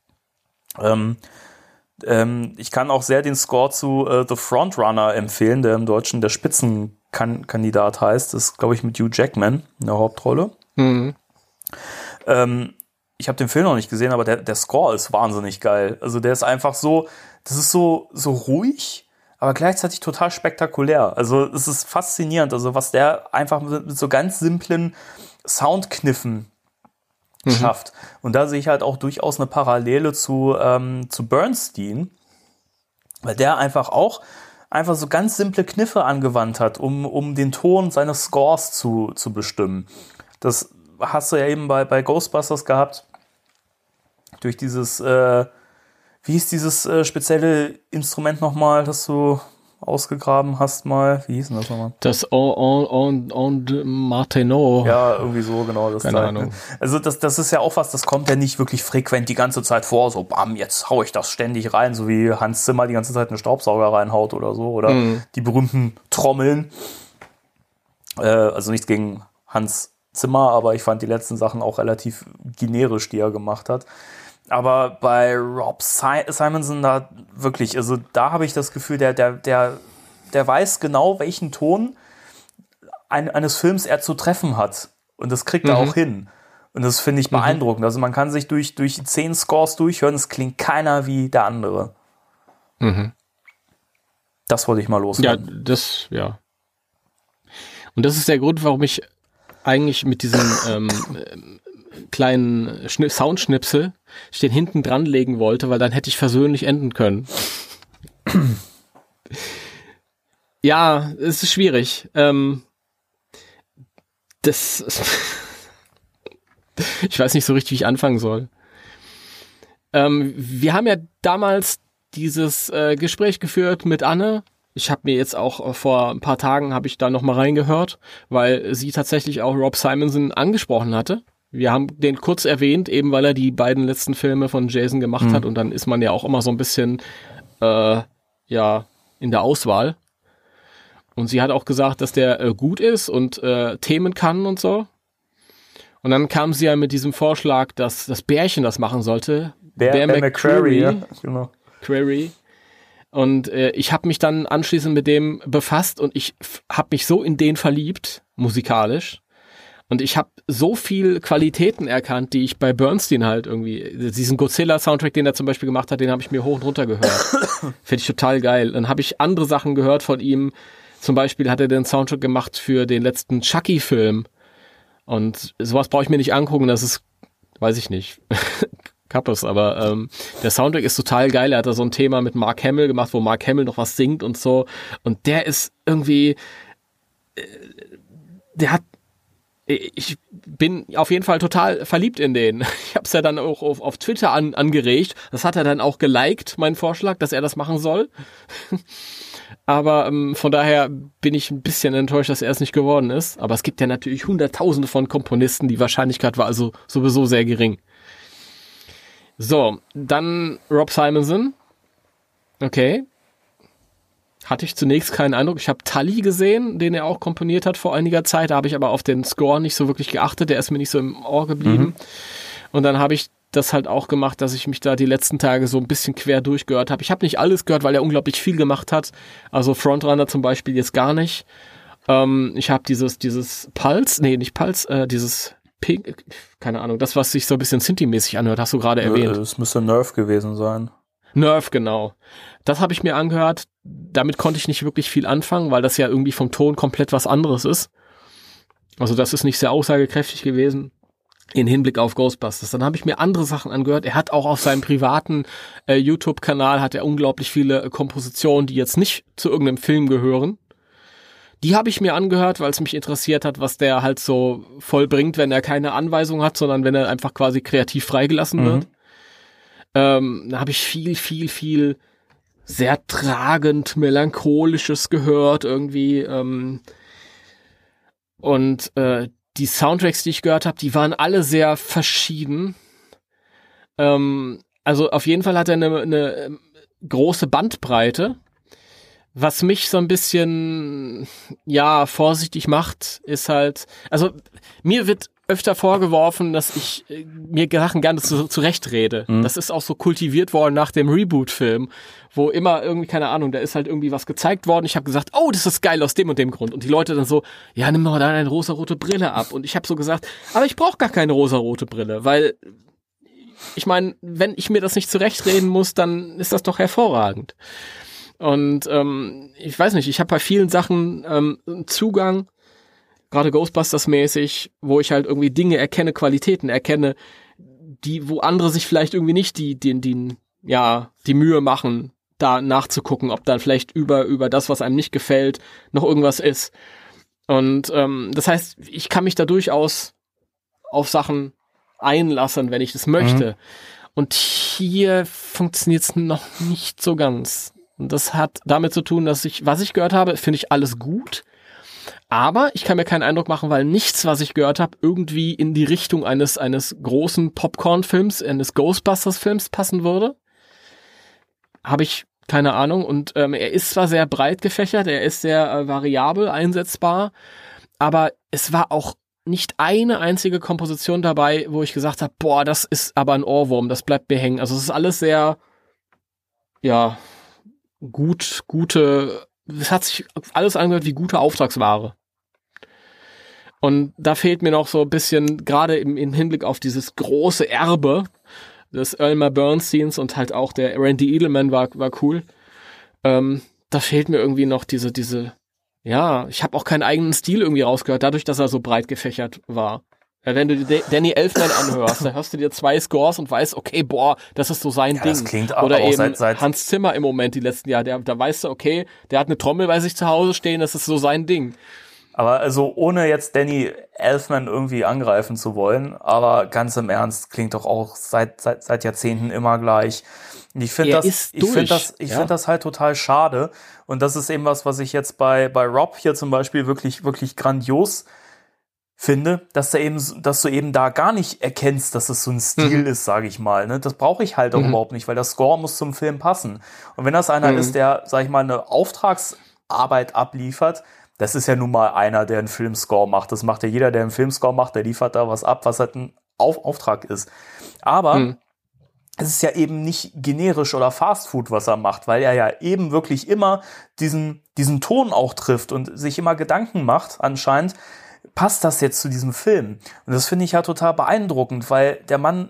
Ich kann auch sehr den Score zu The Frontrunner empfehlen, der im Deutschen der Spitzenkandidat heißt. Das ist, glaube ich, mit Hugh Jackman in der Hauptrolle. Mhm. Ich habe den Film noch nicht gesehen, aber der Score ist wahnsinnig geil. Also der ist einfach so, das ist so ruhig, aber gleichzeitig total spektakulär. Also es ist faszinierend, also was der einfach mit so ganz simplen Soundkniffen schafft. Und da sehe ich halt auch durchaus eine Parallele zu Bernstein, weil der einfach so ganz simple Kniffe angewandt hat, um den Ton seines Scores zu bestimmen. Das hast du ja eben bei Ghostbusters gehabt, durch dieses, wie hieß dieses spezielle Instrument nochmal, das du ausgegraben hast mal, wie hieß denn das nochmal? Das en Martineau. Ja, irgendwie so, genau. Das Keine Ahnung. Also das ist ja auch was, das kommt ja nicht wirklich frequent die ganze Zeit vor, so bam, jetzt hau ich das ständig rein, so wie Hans Zimmer die ganze Zeit einen Staubsauger reinhaut oder so, oder die berühmten Trommeln. Also nichts gegen Hans Zimmer, aber ich fand die letzten Sachen auch relativ generisch, die er gemacht hat. Aber bei Rob Simonson da wirklich, also da habe ich das Gefühl, der weiß genau, welchen Ton eines Films er zu treffen hat. Und das kriegt er auch hin. Und das finde ich beeindruckend. Also man kann sich durch 10 Scores durchhören, es klingt keiner wie der andere. Das wollte ich mal loswerden. Ja. Und das ist der Grund, warum ich eigentlich mit diesem kleinen Soundschnipsel ich den hinten dran legen wollte, weil dann hätte ich versöhnlich enden können. Ja, es ist schwierig. Ich weiß nicht so richtig, wie ich anfangen soll. Wir haben ja damals dieses Gespräch geführt mit Anne. Ich habe mir jetzt auch vor ein paar Tagen habe ich da noch mal reingehört, weil sie tatsächlich auch Rob Simonson angesprochen hatte. Wir haben den kurz erwähnt, eben weil er die beiden letzten Filme von Jason gemacht hat und dann ist man ja auch immer so ein bisschen in der Auswahl. Und sie hat auch gesagt, dass der gut ist und Themen kann und so. Und dann kam sie ja mit diesem Vorschlag, dass das Bärchen das machen sollte. Bear McCreary, ja, genau. Query. Und ich habe mich dann anschließend mit dem befasst und ich habe mich so in den verliebt, musikalisch. Und ich habe so viel Qualitäten erkannt, die ich bei Bernstein halt irgendwie, diesen Godzilla-Soundtrack, den er zum Beispiel gemacht hat, den habe ich mir hoch und runter gehört. Finde ich total geil. Dann habe ich andere Sachen gehört von ihm. Zum Beispiel hat er den Soundtrack gemacht für den letzten Chucky-Film. Und sowas brauche ich mir nicht angucken, das ist, weiß ich nicht, Kappes, aber der Soundtrack ist total geil. Er hat da so ein Thema mit Mark Hamill gemacht, wo Mark Hamill noch was singt und so. Und der ist irgendwie, ich bin auf jeden Fall total verliebt in den. Ich habe es ja dann auch auf Twitter angeregt. Das hat er dann auch geliked, mein Vorschlag, dass er das machen soll. Aber von daher bin ich ein bisschen enttäuscht, dass er es nicht geworden ist. Aber es gibt ja natürlich Hunderttausende von Komponisten. Die Wahrscheinlichkeit war also sowieso sehr gering. So, dann Rob Simonson. Okay. Hatte ich zunächst keinen Eindruck. Ich habe Tully gesehen, den er auch komponiert hat vor einiger Zeit. Da habe ich aber auf den Score nicht so wirklich geachtet. Der ist mir nicht so im Ohr geblieben. Und dann habe ich das halt auch gemacht, dass ich mich da die letzten Tage so ein bisschen quer durchgehört habe. Ich habe nicht alles gehört, weil er unglaublich viel gemacht hat. Also Frontrunner zum Beispiel jetzt gar nicht. Ich habe dieses Pulse, nee, nicht Pulse, dieses Pink, keine Ahnung, das, was sich so ein bisschen Synthi-mäßig anhört, hast du gerade erwähnt. Es müsste Nerve gewesen sein. Nerve, genau. Das habe ich mir angehört. Damit konnte ich nicht wirklich viel anfangen, weil das ja irgendwie vom Ton komplett was anderes ist. Also das ist nicht sehr aussagekräftig gewesen. in Hinblick auf Ghostbusters. Dann habe ich mir andere Sachen angehört. Er hat auch auf seinem privaten YouTube-Kanal hat er unglaublich viele Kompositionen, die jetzt nicht zu irgendeinem Film gehören. Die habe ich mir angehört, weil es mich interessiert hat, was der halt so vollbringt, wenn er keine Anweisung hat, sondern wenn er einfach quasi kreativ freigelassen wird. Da habe ich viel sehr tragend, melancholisches gehört irgendwie. Und die Soundtracks, die ich gehört habe, die waren alle sehr verschieden. Also auf jeden Fall hat er eine große Bandbreite. Was mich so ein bisschen, ja, vorsichtig macht, ist halt, also mir wird öfter vorgeworfen, dass ich mir Sachen gerne zurechtrede. Das ist auch so kultiviert worden nach dem Reboot-Film, wo immer irgendwie, keine Ahnung, da ist halt irgendwie was gezeigt worden. Ich habe gesagt, oh, das ist geil aus dem und dem Grund. Und die Leute dann so, ja, nimm mal deine rosarote Brille ab. Und ich habe so gesagt, aber ich brauche gar keine rosarote Brille, weil ich meine, wenn ich mir das nicht zurechtreden muss, dann ist das doch hervorragend. Und ich weiß nicht, ich habe bei vielen Sachen Zugang, gerade Ghostbusters-mäßig, wo ich halt irgendwie Dinge erkenne, Qualitäten erkenne, wo andere sich vielleicht irgendwie nicht die Mühe machen, da nachzugucken, ob da vielleicht über das, was einem nicht gefällt, noch irgendwas ist. Und das heißt, ich kann mich da durchaus auf Sachen einlassen, wenn ich das möchte. Und hier funktioniert es noch nicht so ganz. Und das hat damit zu tun, dass was ich gehört habe, finde ich alles gut. Aber ich kann mir keinen Eindruck machen, weil nichts, was ich gehört habe, irgendwie in die Richtung eines großen Popcorn-Films, eines Ghostbusters-Films passen würde. Habe ich keine Ahnung. Und er ist zwar sehr breit gefächert, er ist sehr variabel einsetzbar, aber es war auch nicht eine einzige Komposition dabei, wo ich gesagt habe, boah, das ist aber ein Ohrwurm, das bleibt mir hängen. Also es ist alles sehr, ja, es hat sich alles angehört wie gute Auftragsware. Und da fehlt mir noch so ein bisschen, gerade im Hinblick auf dieses große Erbe des Elmer Bernsteins und halt auch der Randy Edelman war cool. Da fehlt mir irgendwie noch diese, ja, ich habe auch keinen eigenen Stil irgendwie rausgehört, dadurch, dass er so breit gefächert war. Wenn du dir Danny Elfman anhörst, da hörst du dir 2 Scores und weißt, okay, boah, das ist so sein Ding. Das klingt aber oder auch eben seit Hans Zimmer im Moment die letzten Jahre, da weißt du, okay, der hat eine Trommel bei sich zu Hause stehen, das ist so sein Ding. Aber also ohne jetzt Danny Elfman irgendwie angreifen zu wollen, aber ganz im Ernst, klingt doch auch seit Jahrzehnten immer gleich. Und ich finde das halt total schade. Und das ist eben was ich jetzt bei Rob hier zum Beispiel wirklich, wirklich grandios finde, dass du eben da gar nicht erkennst, dass es so ein Stil ist, sage ich mal. Ne? Das brauche ich halt auch überhaupt nicht, weil der Score muss zum Film passen. Und wenn das einer ist, der, sag ich mal, eine Auftragsarbeit abliefert, das ist ja nun mal einer, der einen Filmscore macht. Das macht ja jeder, der einen Filmscore macht, der liefert da was ab, was halt ein Auftrag ist. Aber es ist ja eben nicht generisch oder Fastfood, was er macht, weil er ja eben wirklich immer diesen Ton auch trifft und sich immer Gedanken macht, anscheinend, passt das jetzt zu diesem Film? Und das finde ich ja total beeindruckend, weil der Mann,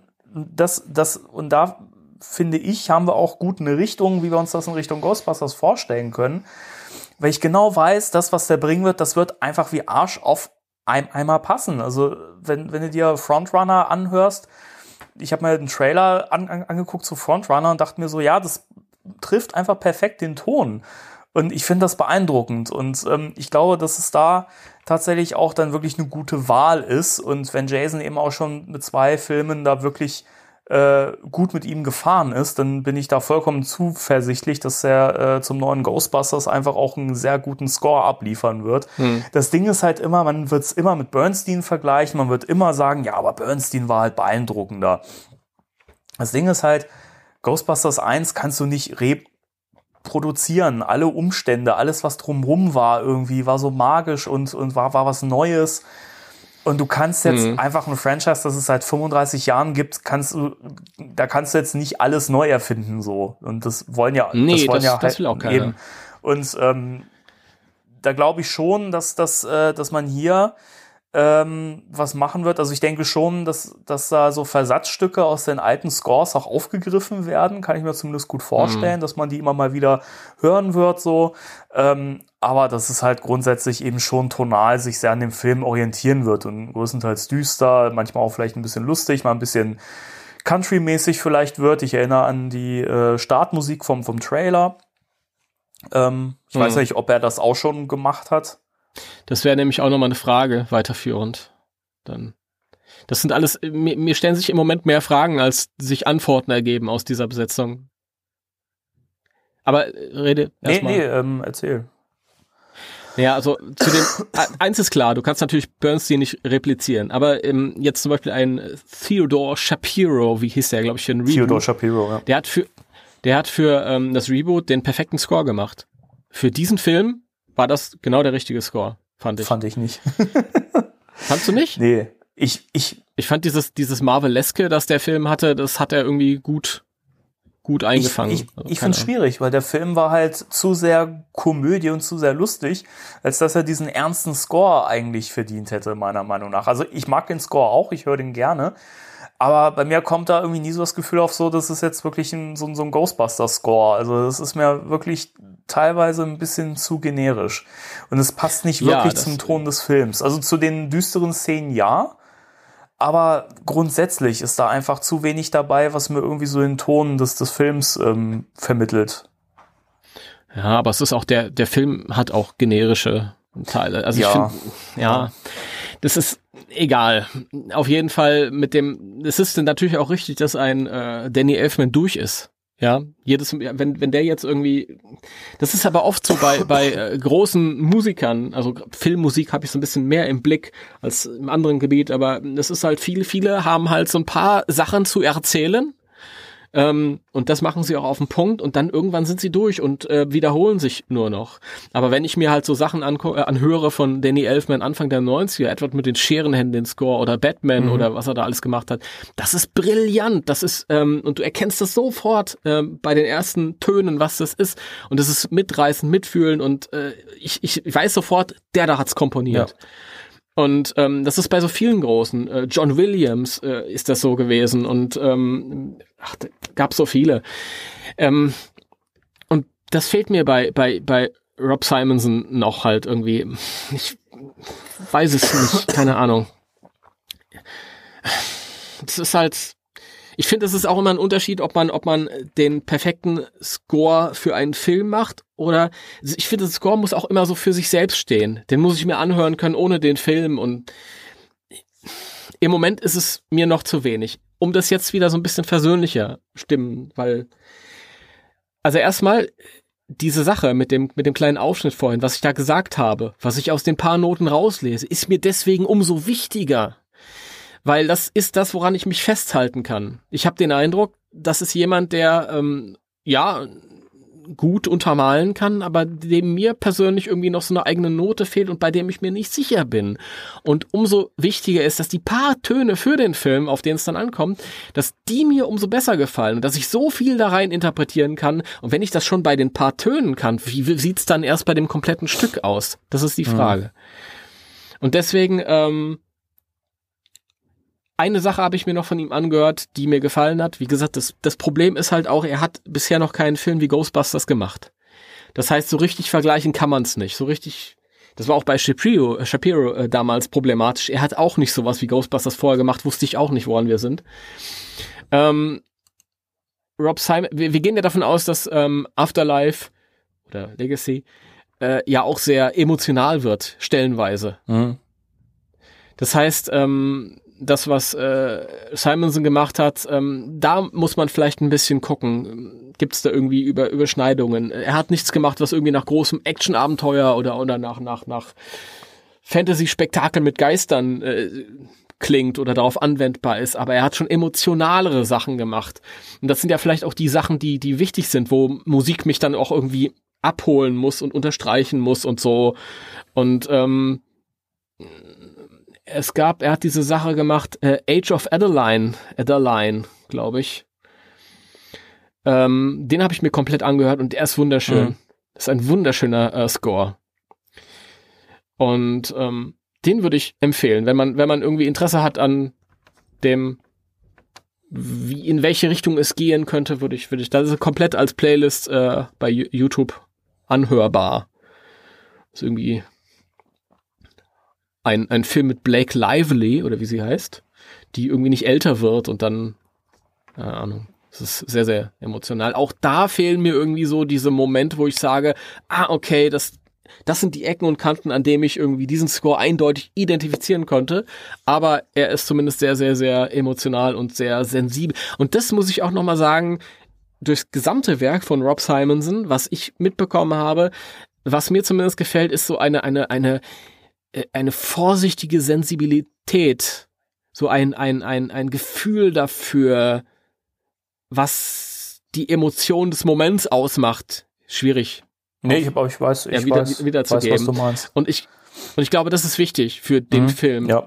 und da finde ich, haben wir auch gut eine Richtung, wie wir uns das in Richtung Ghostbusters vorstellen können, weil ich genau weiß, das, was der bringen wird, das wird einfach wie Arsch auf einmal passen. Also wenn du dir Frontrunner anhörst, ich habe mir den Trailer angeguckt zu Frontrunner und dachte mir so, ja, das trifft einfach perfekt den Ton. Und ich finde das beeindruckend. Und ich glaube, dass es da tatsächlich auch dann wirklich eine gute Wahl ist. Und wenn Jason eben auch schon mit 2 Filmen da wirklich gut mit ihm gefahren ist, dann bin ich da vollkommen zuversichtlich, dass er zum neuen Ghostbusters einfach auch einen sehr guten Score abliefern wird. Das Ding ist halt immer, man wird es immer mit Bernstein vergleichen, man wird immer sagen, ja, aber Bernstein war halt beeindruckender. Das Ding ist halt, Ghostbusters 1 kannst du nicht reproduzieren. Alle Umstände, alles, was drumherum war, irgendwie war so magisch und war was Neues. Und du kannst jetzt einfach ein Franchise, das es seit 35 Jahren gibt, kannst du jetzt nicht alles neu erfinden, so. Und das wollen ja, das will auch keiner. Eben. Und da glaube ich schon, dass man hier was machen wird. Also ich denke schon, dass da so Versatzstücke aus den alten Scores auch aufgegriffen werden. Kann ich mir zumindest gut vorstellen, dass man die immer mal wieder hören wird, so. aber dass es halt grundsätzlich eben schon tonal sich sehr an dem Film orientieren wird und größtenteils düster, manchmal auch vielleicht ein bisschen lustig, mal ein bisschen Country-mäßig vielleicht wird. Ich erinnere an die Startmusik vom Trailer. Ich weiß nicht, ob er das auch schon gemacht hat. Das wäre nämlich auch nochmal eine Frage, weiterführend. Dann. Das sind alles, mir stellen sich im Moment mehr Fragen, als sich Antworten ergeben aus dieser Besetzung. Aber rede erstmal. Erzähl. Ja, also zu dem, eins ist klar, du kannst natürlich Bernstein nicht replizieren, aber jetzt zum Beispiel ein Theodore Shapiro, wie hieß der, glaube ich, für ein Reboot. Theodore Shapiro, ja. Der hat für das Reboot den perfekten Score gemacht. Für diesen Film war das genau der richtige Score, fand ich. Fand ich nicht. Fandst du nicht? Nee. Ich fand dieses Marveleske, das der Film hatte, das hat er irgendwie gut eingefangen. Ich finde es schwierig, weil der Film war halt zu sehr Komödie und zu sehr lustig, als dass er diesen ernsten Score eigentlich verdient hätte, meiner Meinung nach. Also ich mag den Score auch, ich höre den gerne, aber bei mir kommt da irgendwie nie so das Gefühl auf so, das ist jetzt wirklich so ein Ghostbuster-Score. Also das ist mir wirklich teilweise ein bisschen zu generisch. Und es passt nicht wirklich zum Ton des Films. Also zu den düsteren Szenen ja, aber grundsätzlich ist da einfach zu wenig dabei, was mir irgendwie so den Ton des Films vermittelt. Ja, aber es ist auch, der Film hat auch generische Teile. Also ich finde, das ist egal. Auf jeden Fall es ist natürlich auch richtig, dass ein Danny Elfman durch ist. Ja, wenn der jetzt irgendwie, das ist aber oft so bei großen Musikern, also Filmmusik habe ich so ein bisschen mehr im Blick als im anderen Gebiet, aber das ist halt viele haben halt so ein paar Sachen zu erzählen, und das machen sie auch auf den Punkt und dann irgendwann sind sie durch und wiederholen sich nur noch. Aber wenn ich mir halt so Sachen anhöre von Danny Elfman Anfang der 90er, etwa mit den Scherenhänden den Score oder Batman oder was er da alles gemacht hat, das ist brillant, das ist, und du erkennst das sofort bei den ersten Tönen, was das ist, und das ist mitreißen, mitfühlen und ich weiß sofort, der da hat's komponiert. Ja. Und das ist bei so vielen Großen. John Williams ist das so gewesen und da gab's so viele. Und das fehlt mir bei Rob Simonson noch halt irgendwie. Ich weiß es nicht, keine Ahnung. Das ist halt. Ich finde, es ist auch immer ein Unterschied, ob man den perfekten Score für einen Film macht oder ich finde, der Score muss auch immer so für sich selbst stehen. Den muss ich mir anhören können ohne den Film und im Moment ist es mir noch zu wenig. Um das jetzt wieder so ein bisschen versöhnlicher stimmen, weil also erstmal diese Sache mit dem kleinen Aufschnitt vorhin, was ich da gesagt habe, was ich aus den paar Noten rauslese, ist mir deswegen umso wichtiger. Weil das ist das, woran ich mich festhalten kann. Ich habe den Eindruck, das ist jemand, der gut untermalen kann, aber dem mir persönlich irgendwie noch so eine eigene Note fehlt und bei dem ich mir nicht sicher bin. Und umso wichtiger ist, dass die paar Töne für den Film, auf den es dann ankommt, dass die mir umso besser gefallen und dass ich so viel da rein interpretieren kann. Und wenn ich das schon bei den paar Tönen kann, wie sieht's dann erst bei dem kompletten Stück aus? Das ist die Frage. Und deswegen eine Sache habe ich mir noch von ihm angehört, die mir gefallen hat. Wie gesagt, das Problem ist halt auch, er hat bisher noch keinen Film wie Ghostbusters gemacht. Das heißt, so richtig vergleichen kann man es nicht. So richtig, das war auch bei Shapiro damals problematisch. Er hat auch nicht sowas wie Ghostbusters vorher gemacht, wusste ich auch nicht, woran wir sind. Rob Simon, wir gehen ja davon aus, dass Afterlife oder Legacy ja auch sehr emotional wird, stellenweise. Mhm. Das heißt, das, was Simonson gemacht hat, da muss man vielleicht ein bisschen gucken. Gibt es da irgendwie Überschneidungen? Er hat nichts gemacht, was irgendwie nach großem Action-Abenteuer oder nach Fantasy-Spektakel mit Geistern klingt oder darauf anwendbar ist, aber er hat schon emotionalere Sachen gemacht. Und das sind ja vielleicht auch die Sachen, die wichtig sind, wo Musik mich dann auch irgendwie abholen muss und unterstreichen muss und so. Und er hat diese Sache gemacht, Age of Adeline, glaube ich. Den habe ich mir komplett angehört und der ist wunderschön. Mhm. Das ist ein wunderschöner Score. Und den würde ich empfehlen, wenn man irgendwie Interesse hat an dem, wie in welche Richtung es gehen könnte, würde ich das ist komplett als Playlist bei YouTube anhörbar. ist irgendwie ein Film mit Blake Lively, oder wie sie heißt, die irgendwie nicht älter wird und dann, keine Ahnung, es ist sehr, sehr emotional. Auch da fehlen mir irgendwie so diese Momente, wo ich sage, okay, das sind die Ecken und Kanten, an denen ich irgendwie diesen Score eindeutig identifizieren konnte. Aber er ist zumindest sehr, sehr, sehr emotional und sehr sensibel. Und das muss ich auch nochmal sagen, durchs gesamte Werk von Rob Simonson, was ich mitbekommen habe, was mir zumindest gefällt, ist so eine vorsichtige Sensibilität. So ein Gefühl dafür, was die Emotion des Moments ausmacht. Schwierig. Nee, ich weiß, was du meinst. Und ich glaube, das ist wichtig für den Film. Ja.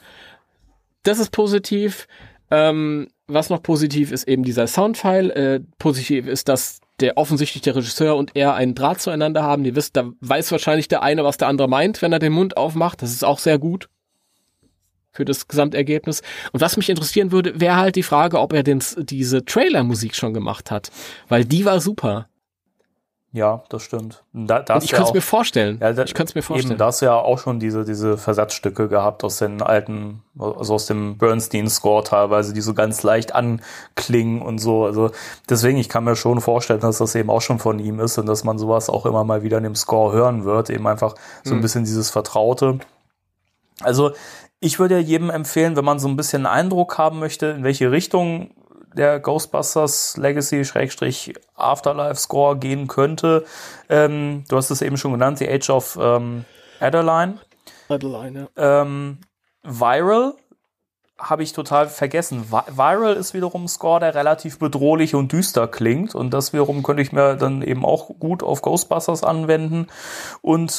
Das ist positiv. Was noch positiv ist, eben dieser Soundfile. Positiv ist, dass der Regisseur und er einen Draht zueinander haben. Die wissen, da weiß wahrscheinlich der eine, was der andere meint, wenn er den Mund aufmacht. Das ist auch sehr gut für das Gesamtergebnis. Und was mich interessieren würde, wäre halt die Frage, ob er diese Trailer-Musik schon gemacht hat. Weil die war super. Ja, das stimmt. Ich könnte es mir vorstellen. Ja, ich könnte es mir vorstellen. Eben, da hast du ja auch schon diese Versatzstücke gehabt aus den alten, also aus dem Bernstein-Score teilweise, die so ganz leicht anklingen und so. Also deswegen, ich kann mir schon vorstellen, dass das eben auch schon von ihm ist und dass man sowas auch immer mal wieder in dem Score hören wird. Eben einfach so ein bisschen dieses Vertraute. Also ich würde ja jedem empfehlen, wenn man so ein bisschen einen Eindruck haben möchte, in welche Richtung der Ghostbusters Legacy / Afterlife Score gehen könnte. Du hast es eben schon genannt, The Age of Adeline. Adeline, ja. Viral habe ich total vergessen. Viral ist wiederum ein Score, der relativ bedrohlich und düster klingt und das wiederum könnte ich mir dann eben auch gut auf Ghostbusters anwenden. Und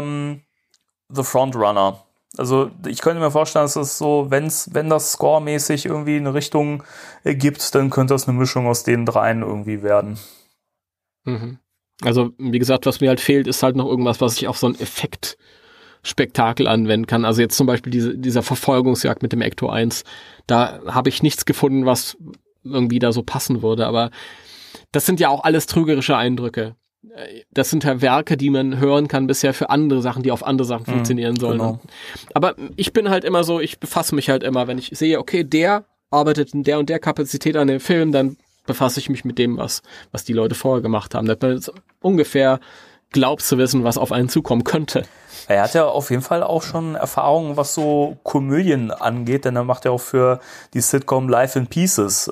The Frontrunner. Also ich könnte mir vorstellen, dass es so, wenn das scoremäßig irgendwie eine Richtung gibt, dann könnte das eine Mischung aus den dreien irgendwie werden. Mhm. Also wie gesagt, was mir halt fehlt, ist halt noch irgendwas, was ich auf so ein Effektspektakel anwenden kann. Also jetzt zum Beispiel dieser Verfolgungsjagd mit dem Ecto 1, da habe ich nichts gefunden, was irgendwie da so passen würde. Aber das sind ja auch alles trügerische Eindrücke. Das sind ja Werke, die man hören kann bisher für andere Sachen, die auf andere Sachen funktionieren sollen. Genau. Aber ich bin halt immer so, ich befasse mich halt immer, wenn ich sehe, okay, der arbeitet in der und der Kapazität an dem Film, dann befasse ich mich mit dem, was die Leute vorher gemacht haben. Dass man ungefähr glaubt zu wissen, was auf einen zukommen könnte. Er hat ja auf jeden Fall auch schon Erfahrungen, was so Komödien angeht, denn er macht ja auch für die Sitcom Life in Pieces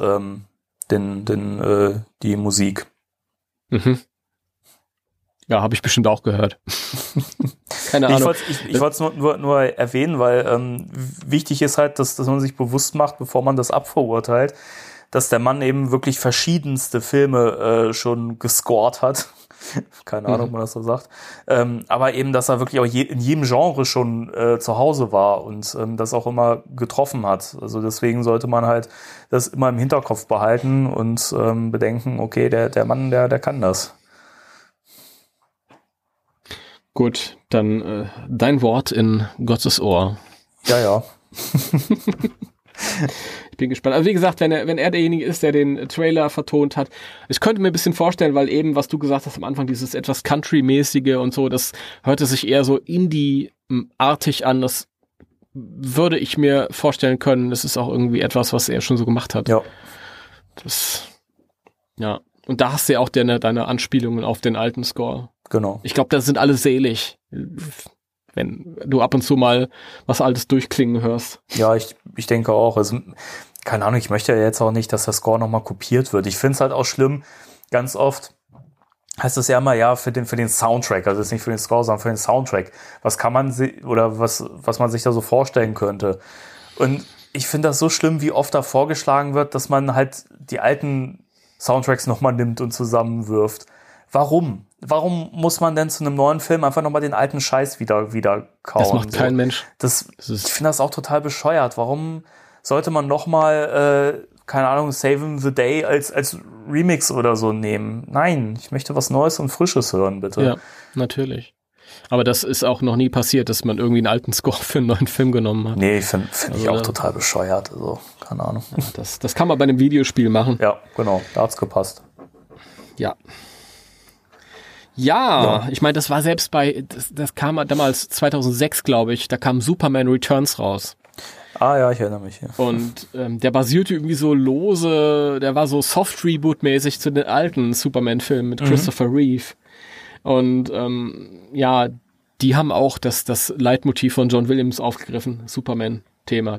die Musik. Mhm. Ja, habe ich bestimmt auch gehört. Keine Ahnung. Ich wollte es nur erwähnen, weil wichtig ist halt, dass man sich bewusst macht, bevor man das abverurteilt, dass der Mann eben wirklich verschiedenste Filme schon gescored hat. Keine Ahnung, ob man das so sagt. Aber eben, dass er wirklich auch in jedem Genre schon zu Hause war und das auch immer getroffen hat. Also deswegen sollte man halt das immer im Hinterkopf behalten und bedenken, okay, der Mann, der kann das. Gut, dann dein Wort in Gottes Ohr. Ja. Ich bin gespannt. Also wie gesagt, wenn er derjenige ist, der den Trailer vertont hat, ich könnte mir ein bisschen vorstellen, weil eben, was du gesagt hast am Anfang, dieses etwas Country-mäßige und so, das hörte sich eher so Indie-artig an. Das würde ich mir vorstellen können. Das ist auch irgendwie etwas, was er schon so gemacht hat. Ja. Ja. Und da hast du ja auch deine Anspielungen auf den alten Score. Genau. Ich glaube, das sind alle selig, wenn du ab und zu mal was Altes durchklingen hörst. Ja, ich denke auch. Also, keine Ahnung, ich möchte ja jetzt auch nicht, dass der Score nochmal kopiert wird. Ich finde es halt auch schlimm, ganz oft heißt es ja immer, ja, für den Soundtrack, also jetzt nicht für den Score, sondern für den Soundtrack. Was kann man was man sich da so vorstellen könnte? Und ich finde das so schlimm, wie oft da vorgeschlagen wird, dass man halt die alten Soundtracks nochmal nimmt und zusammenwirft. Warum? Warum muss man denn zu einem neuen Film einfach nochmal den alten Scheiß wieder kauen? Das macht kein Mensch. Ich finde das auch total bescheuert. Warum sollte man nochmal, keine Ahnung, Saving the Day als Remix oder so nehmen? Nein, ich möchte was Neues und Frisches hören, bitte. Ja, natürlich. Aber das ist auch noch nie passiert, dass man irgendwie einen alten Score für einen neuen Film genommen hat. Nee, finde ich auch total bescheuert. Also, keine Ahnung. Ja, das kann man bei einem Videospiel machen. Ja, genau. Da hat's gepasst. Ja. Ja, ich meine, das war selbst das kam damals 2006, glaube ich, da kam Superman Returns raus. Ah ja, ich erinnere mich. Ja. Und der basierte irgendwie so lose, der war so Soft-Reboot-mäßig zu den alten Superman-Filmen mit Christopher Reeve. Und ja, die haben auch das Leitmotiv von John Williams aufgegriffen, Superman-Thema.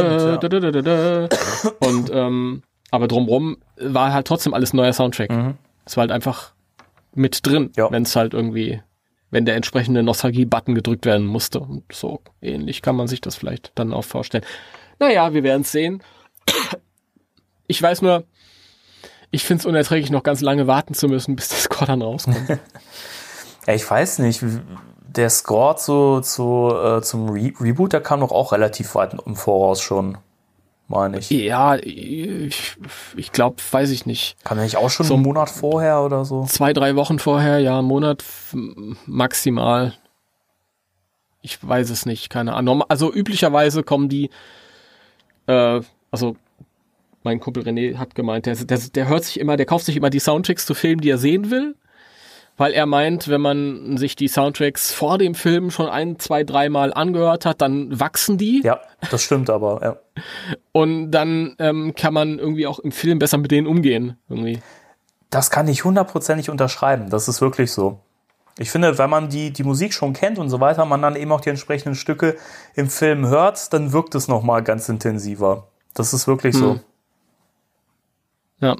Und aber drumrum war halt trotzdem alles neuer Soundtrack. Es war halt einfach mit drin, wenn es halt irgendwie, wenn der entsprechende Nostalgie-Button gedrückt werden musste. Und so ähnlich kann man sich das vielleicht dann auch vorstellen. Naja, wir werden es sehen. Ich weiß nur, ich finde es unerträglich, noch ganz lange warten zu müssen, bis der Score dann rauskommt. Ja, ich weiß nicht. Der Score zum Reboot, der kam doch auch relativ weit im Voraus schon, meine ich. Ja, ich glaube, weiß ich nicht. Kann der nicht auch schon so einen Monat vorher oder so? 2-3 Wochen vorher, ja, einen Monat maximal. Ich weiß es nicht, keine Ahnung. Also üblicherweise kommen die, also mein Kumpel René hat gemeint, der hört sich immer, der kauft sich immer die Soundtracks zu Filmen, die er sehen will, weil er meint, wenn man sich die Soundtracks vor dem Film schon 1, 2, 3 Mal angehört hat, dann wachsen die. Ja, das stimmt aber, ja. Und dann kann man irgendwie auch im Film besser mit denen umgehen, irgendwie. Das kann ich 100%ig unterschreiben, das ist wirklich so. Ich finde, wenn man die Musik schon kennt und so weiter, man dann eben auch die entsprechenden Stücke im Film hört, dann wirkt es nochmal ganz intensiver. Das ist wirklich so. Ja,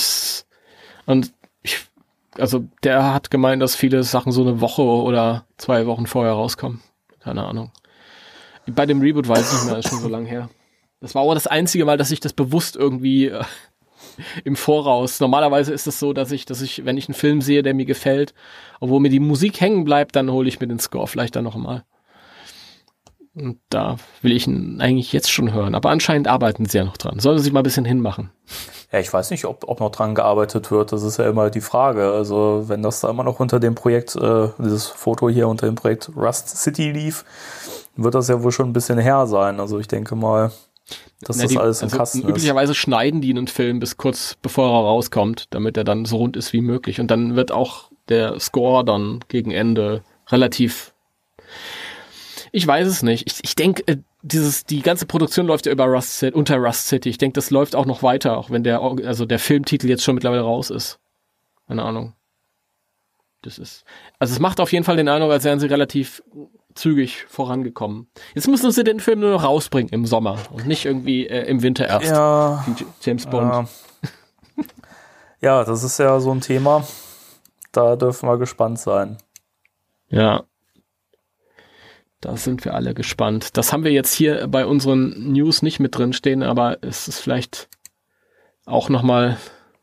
also der hat gemeint, dass viele Sachen so eine Woche oder 2 Wochen vorher rauskommen. Keine Ahnung. Bei dem Reboot weiß ich nicht mehr, das ist schon so lang her. Das war aber das einzige Mal, dass ich das bewusst irgendwie im Voraus. Normalerweise ist es so, dass ich, wenn ich einen Film sehe, der mir gefällt, obwohl mir die Musik hängen bleibt, dann hole ich mir den Score vielleicht dann noch mal. Und da will ich ihn eigentlich jetzt schon hören. Aber anscheinend arbeiten sie ja noch dran. Sollen sie sich mal ein bisschen hinmachen. Ja, ich weiß nicht, ob noch dran gearbeitet wird. Das ist ja immer die Frage. Also wenn das da immer noch unter dem Projekt, dieses Foto hier unter dem Projekt Rust City lief, wird das ja wohl schon ein bisschen her sein. Also ich denke mal, dass das alles im Kasten ist. Üblicherweise schneiden die einen Film bis kurz bevor er rauskommt, damit er dann so rund ist wie möglich. Und dann wird auch der Score dann gegen Ende relativ... Ich weiß es nicht. Ich denke, die ganze Produktion läuft ja unter Rust City. Ich denke, das läuft auch noch weiter, auch wenn der Filmtitel jetzt schon mittlerweile raus ist. Keine Ahnung. Also es macht auf jeden Fall den Eindruck, als wären sie relativ zügig vorangekommen. Jetzt müssen sie den Film nur noch rausbringen im Sommer und nicht irgendwie im Winter erst. Ja. Wie James Bond. Ja, das ist ja so ein Thema. Da dürfen wir gespannt sein. Ja. Da sind wir alle gespannt. Das haben wir jetzt hier bei unseren News nicht mit drin stehen, aber es ist vielleicht auch nochmal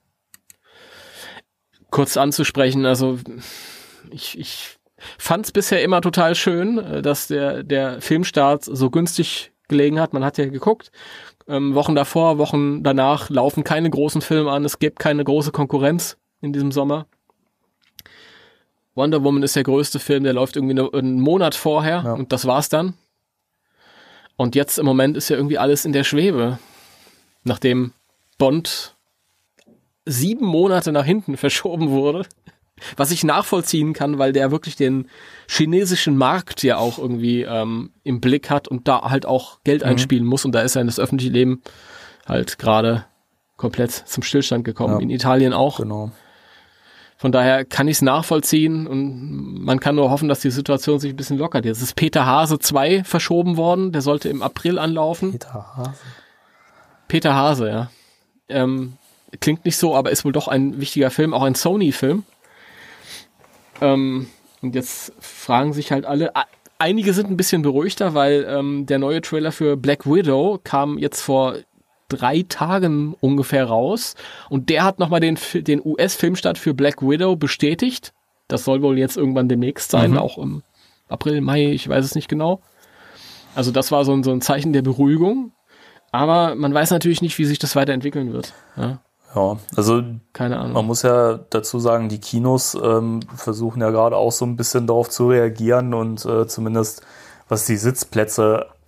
kurz anzusprechen. Also ich fand es bisher immer total schön, dass der Filmstart so günstig gelegen hat. Man hat ja geguckt, Wochen davor, Wochen danach laufen keine großen Filme an. Es gibt keine große Konkurrenz in diesem Sommer. Wonder Woman ist der größte Film, der läuft irgendwie einen Monat vorher und das war's dann. Und jetzt im Moment ist ja irgendwie alles in der Schwebe. Nachdem Bond 7 Monate nach hinten verschoben wurde, was ich nachvollziehen kann, weil der wirklich den chinesischen Markt ja auch irgendwie im Blick hat und da halt auch Geld einspielen muss. Und da ist ja das öffentliche Leben halt gerade komplett zum Stillstand gekommen. Ja. In Italien auch. Genau. Von daher kann ich es nachvollziehen und man kann nur hoffen, dass die Situation sich ein bisschen lockert. Jetzt ist Peter Hase 2 verschoben worden, der sollte im April anlaufen. Peter Hase, ja. Klingt nicht so, aber ist wohl doch ein wichtiger Film, auch ein Sony-Film. Und jetzt fragen sich halt alle, einige sind ein bisschen beruhigter, weil der neue Trailer für Black Widow kam jetzt vor 3 Tagen ungefähr raus und der hat nochmal den US-Filmstart für Black Widow bestätigt. Das soll wohl jetzt irgendwann demnächst sein, auch im April, Mai, ich weiß es nicht genau. Also das war so ein Zeichen der Beruhigung, aber man weiß natürlich nicht, wie sich das weiterentwickeln wird. Ja, also keine Ahnung. Man muss ja dazu sagen, die Kinos versuchen ja gerade auch so ein bisschen darauf zu reagieren und zumindest was die Sitzplätze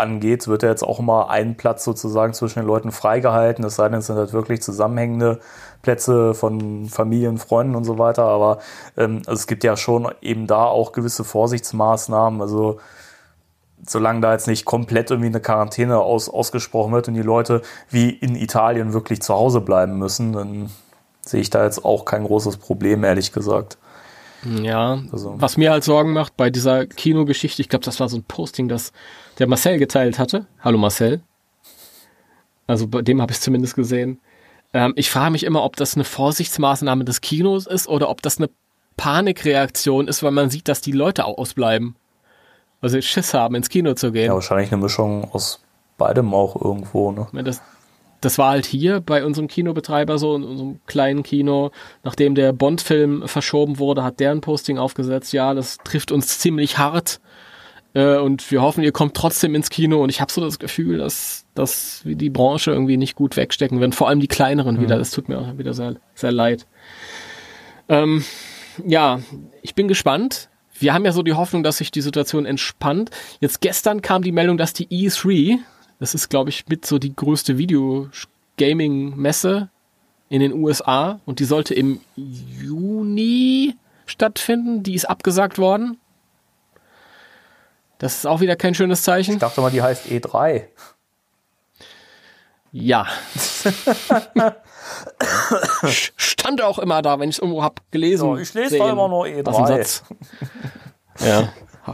angeht, wird ja jetzt auch immer ein Platz sozusagen zwischen den Leuten freigehalten. Es sei denn, es sind halt wirklich zusammenhängende Plätze von Familien, Freunden und so weiter. Aber also es gibt ja schon eben da auch gewisse Vorsichtsmaßnahmen. Also solange da jetzt nicht komplett irgendwie eine Quarantäne ausgesprochen wird und die Leute wie in Italien wirklich zu Hause bleiben müssen, dann sehe ich da jetzt auch kein großes Problem, ehrlich gesagt. Ja, also. Was mir halt Sorgen macht bei dieser Kinogeschichte, ich glaube, das war so ein Posting, das der Marcel geteilt hatte. Hallo Marcel. Also bei dem habe ich es zumindest gesehen. Ich frage mich immer, ob das eine Vorsichtsmaßnahme des Kinos ist oder ob das eine Panikreaktion ist, weil man sieht, dass die Leute ausbleiben. Also Schiss haben, ins Kino zu gehen. Ja, wahrscheinlich eine Mischung aus beidem auch irgendwo, ne? Das war halt hier bei unserem Kinobetreiber so, in unserem kleinen Kino. Nachdem der Bond-Film verschoben wurde, hat der ein Posting aufgesetzt. Ja, das trifft uns ziemlich hart. Und wir hoffen, ihr kommt trotzdem ins Kino. Und ich habe so das Gefühl, dass wir die Branche irgendwie nicht gut wegstecken werden. Vor allem die kleineren wieder. Das tut mir auch wieder sehr, sehr leid. Ja, ich bin gespannt. Wir haben ja so die Hoffnung, dass sich die Situation entspannt. Jetzt gestern kam die Meldung, dass die E3... Das ist, glaube ich, mit so die größte Videogaming-Messe in den USA und die sollte im Juni stattfinden. Die ist abgesagt worden. Das ist auch wieder kein schönes Zeichen. Ich dachte mal, die heißt E3. Ja. Stand auch immer da, wenn ich es irgendwo habe gelesen. So, ich lese da immer nur E3. Was ein Satz. Ja.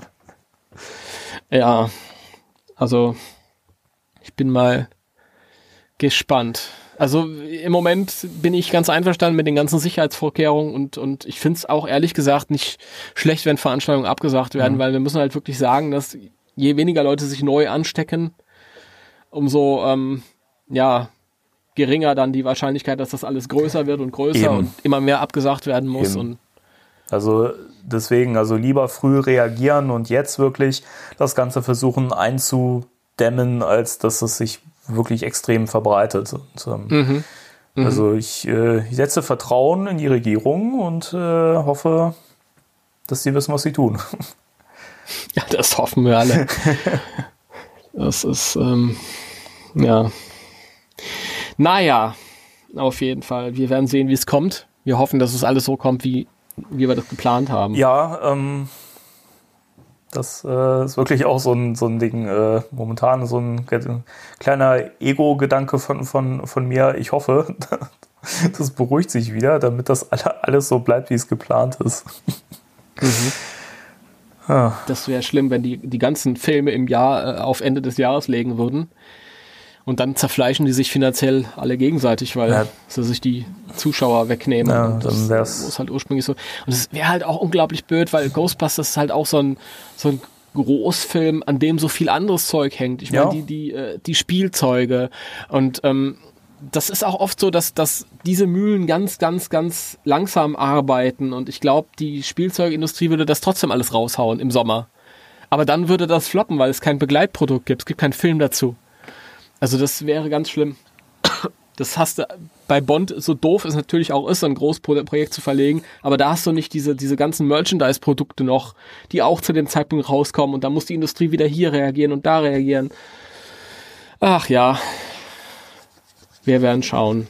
Ja. Also... Ich bin mal gespannt. Also im Moment bin ich ganz einverstanden mit den ganzen Sicherheitsvorkehrungen und ich finde es auch ehrlich gesagt nicht schlecht, wenn Veranstaltungen abgesagt werden, weil wir müssen halt wirklich sagen, dass je weniger Leute sich neu anstecken, umso geringer dann die Wahrscheinlichkeit, dass das alles größer wird und größer und immer mehr abgesagt werden muss. Und also deswegen, also lieber früh reagieren und jetzt wirklich das Ganze versuchen einzudämmen, als dass es sich wirklich extrem verbreitet. Und, also ich setze Vertrauen in die Regierung und hoffe, dass sie wissen, was sie tun. Ja, das hoffen wir alle. Das ist, ja. Naja, auf jeden Fall. Wir werden sehen, wie es kommt. Wir hoffen, dass es alles so kommt, wie wir das geplant haben. Ja, das ist wirklich auch so ein Ding, momentan so ein kleiner Ego-Gedanke von mir. Ich hoffe, das beruhigt sich wieder, damit das alles so bleibt, wie es geplant ist. Das wäre schlimm, wenn die ganzen Filme im Jahr auf Ende des Jahres legen würden. Und dann zerfleischen die sich finanziell alle gegenseitig, weil sie sich die Zuschauer wegnehmen. Ja, und das ist halt ursprünglich so. Und es wäre halt auch unglaublich blöd, weil Ghostbusters ist halt auch so ein Großfilm, an dem so viel anderes Zeug hängt. Ich meine, die Spielzeuge. Und das ist auch oft so, dass diese Mühlen ganz, ganz, ganz langsam arbeiten. Und ich glaube, die Spielzeugindustrie würde das trotzdem alles raushauen im Sommer. Aber dann würde das floppen, weil es kein Begleitprodukt gibt. Es gibt keinen Film dazu. Also das wäre ganz schlimm. Das hast du bei Bond, so doof es natürlich auch ist, so ein Großprojekt zu verlegen, aber da hast du nicht diese ganzen Merchandise-Produkte noch, die auch zu dem Zeitpunkt rauskommen und da muss die Industrie wieder hier reagieren und da reagieren. Ach ja, wir werden schauen.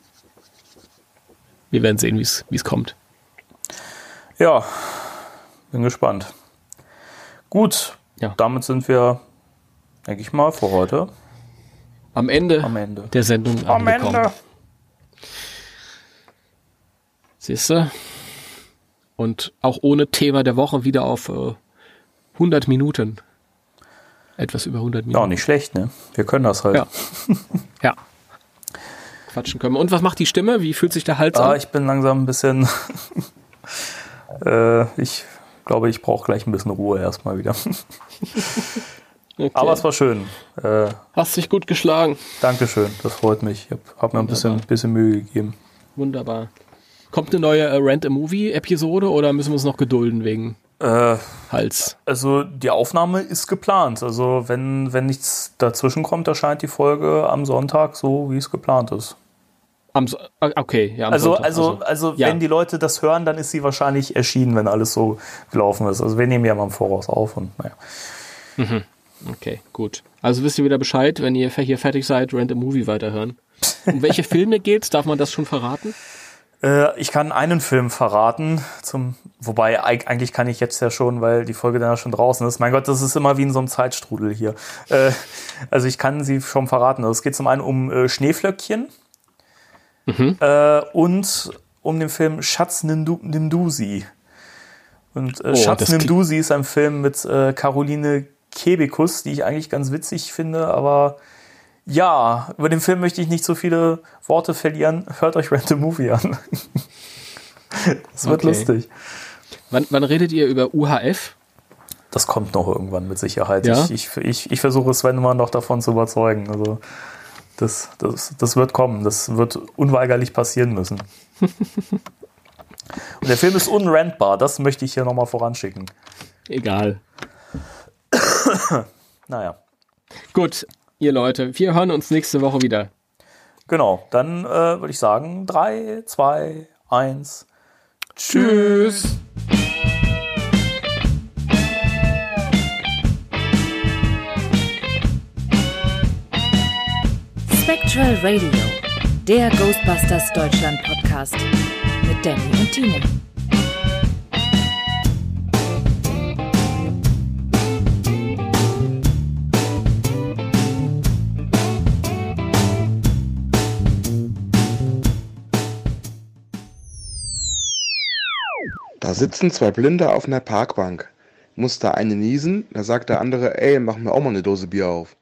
Wir werden sehen, wie es kommt. Ja, bin gespannt. Gut, damit sind wir, denke ich mal, für heute am Ende der Sendung angekommen. Siehst du? Und auch ohne Thema der Woche wieder auf 100 Minuten. Etwas über 100 Minuten. Ja, nicht schlecht, ne? Wir können das halt. Ja. Quatschen können wir. Und was macht die Stimme? Wie fühlt sich der Hals an? Ich bin langsam ein bisschen... ich glaube, ich brauche gleich ein bisschen Ruhe erstmal wieder. Okay. Aber es war schön. Hast dich gut geschlagen. Dankeschön, das freut mich. Ich habe mir ein bisschen Mühe gegeben. Wunderbar. Kommt eine neue Rent-a-Movie-Episode oder müssen wir uns noch gedulden wegen Hals? Also die Aufnahme ist geplant. Also wenn nichts dazwischen kommt, erscheint die Folge am Sonntag so, wie es geplant ist. Okay, ja. Also wenn die Leute das hören, dann ist sie wahrscheinlich erschienen, wenn alles so gelaufen ist. Also wir nehmen ja mal im Voraus auf und naja. Okay, gut. Also wisst ihr wieder Bescheid, wenn ihr hier fertig seid, Rent a Movie weiterhören. Um welche Filme geht's? Darf man das schon verraten? Ich kann einen Film verraten, wobei eigentlich kann ich jetzt ja schon, weil die Folge dann ja schon draußen ist. Mein Gott, das ist immer wie in so einem Zeitstrudel hier. Also ich kann sie schon verraten. Also es geht zum einen um Schneeflöckchen und um den Film Schatz Nimdusi. Und Schatz Nimdusi ist ein Film mit Caroline Kebekus, die ich eigentlich ganz witzig finde, aber ja, über den Film möchte ich nicht so viele Worte verlieren. Hört euch Rent a Movie an. Das wird lustig. Wann redet ihr über UHF? Das kommt noch irgendwann mit Sicherheit. Ja? Ich versuche Sven immer noch davon zu überzeugen. Also das wird kommen. Das wird unweigerlich passieren müssen. Und der Film ist unrentbar. Das möchte ich hier nochmal voranschicken. Egal. Naja. Gut, ihr Leute, wir hören uns nächste Woche wieder. Genau, dann würde ich sagen 3, 2, 1. Tschüss. Spectral Radio, der Ghostbusters Deutschland Podcast mit Danny und Timo. Da sitzen zwei Blinde auf einer Parkbank. Muss der eine niesen, da sagt der andere, ey, mach mir auch mal eine Dose Bier auf.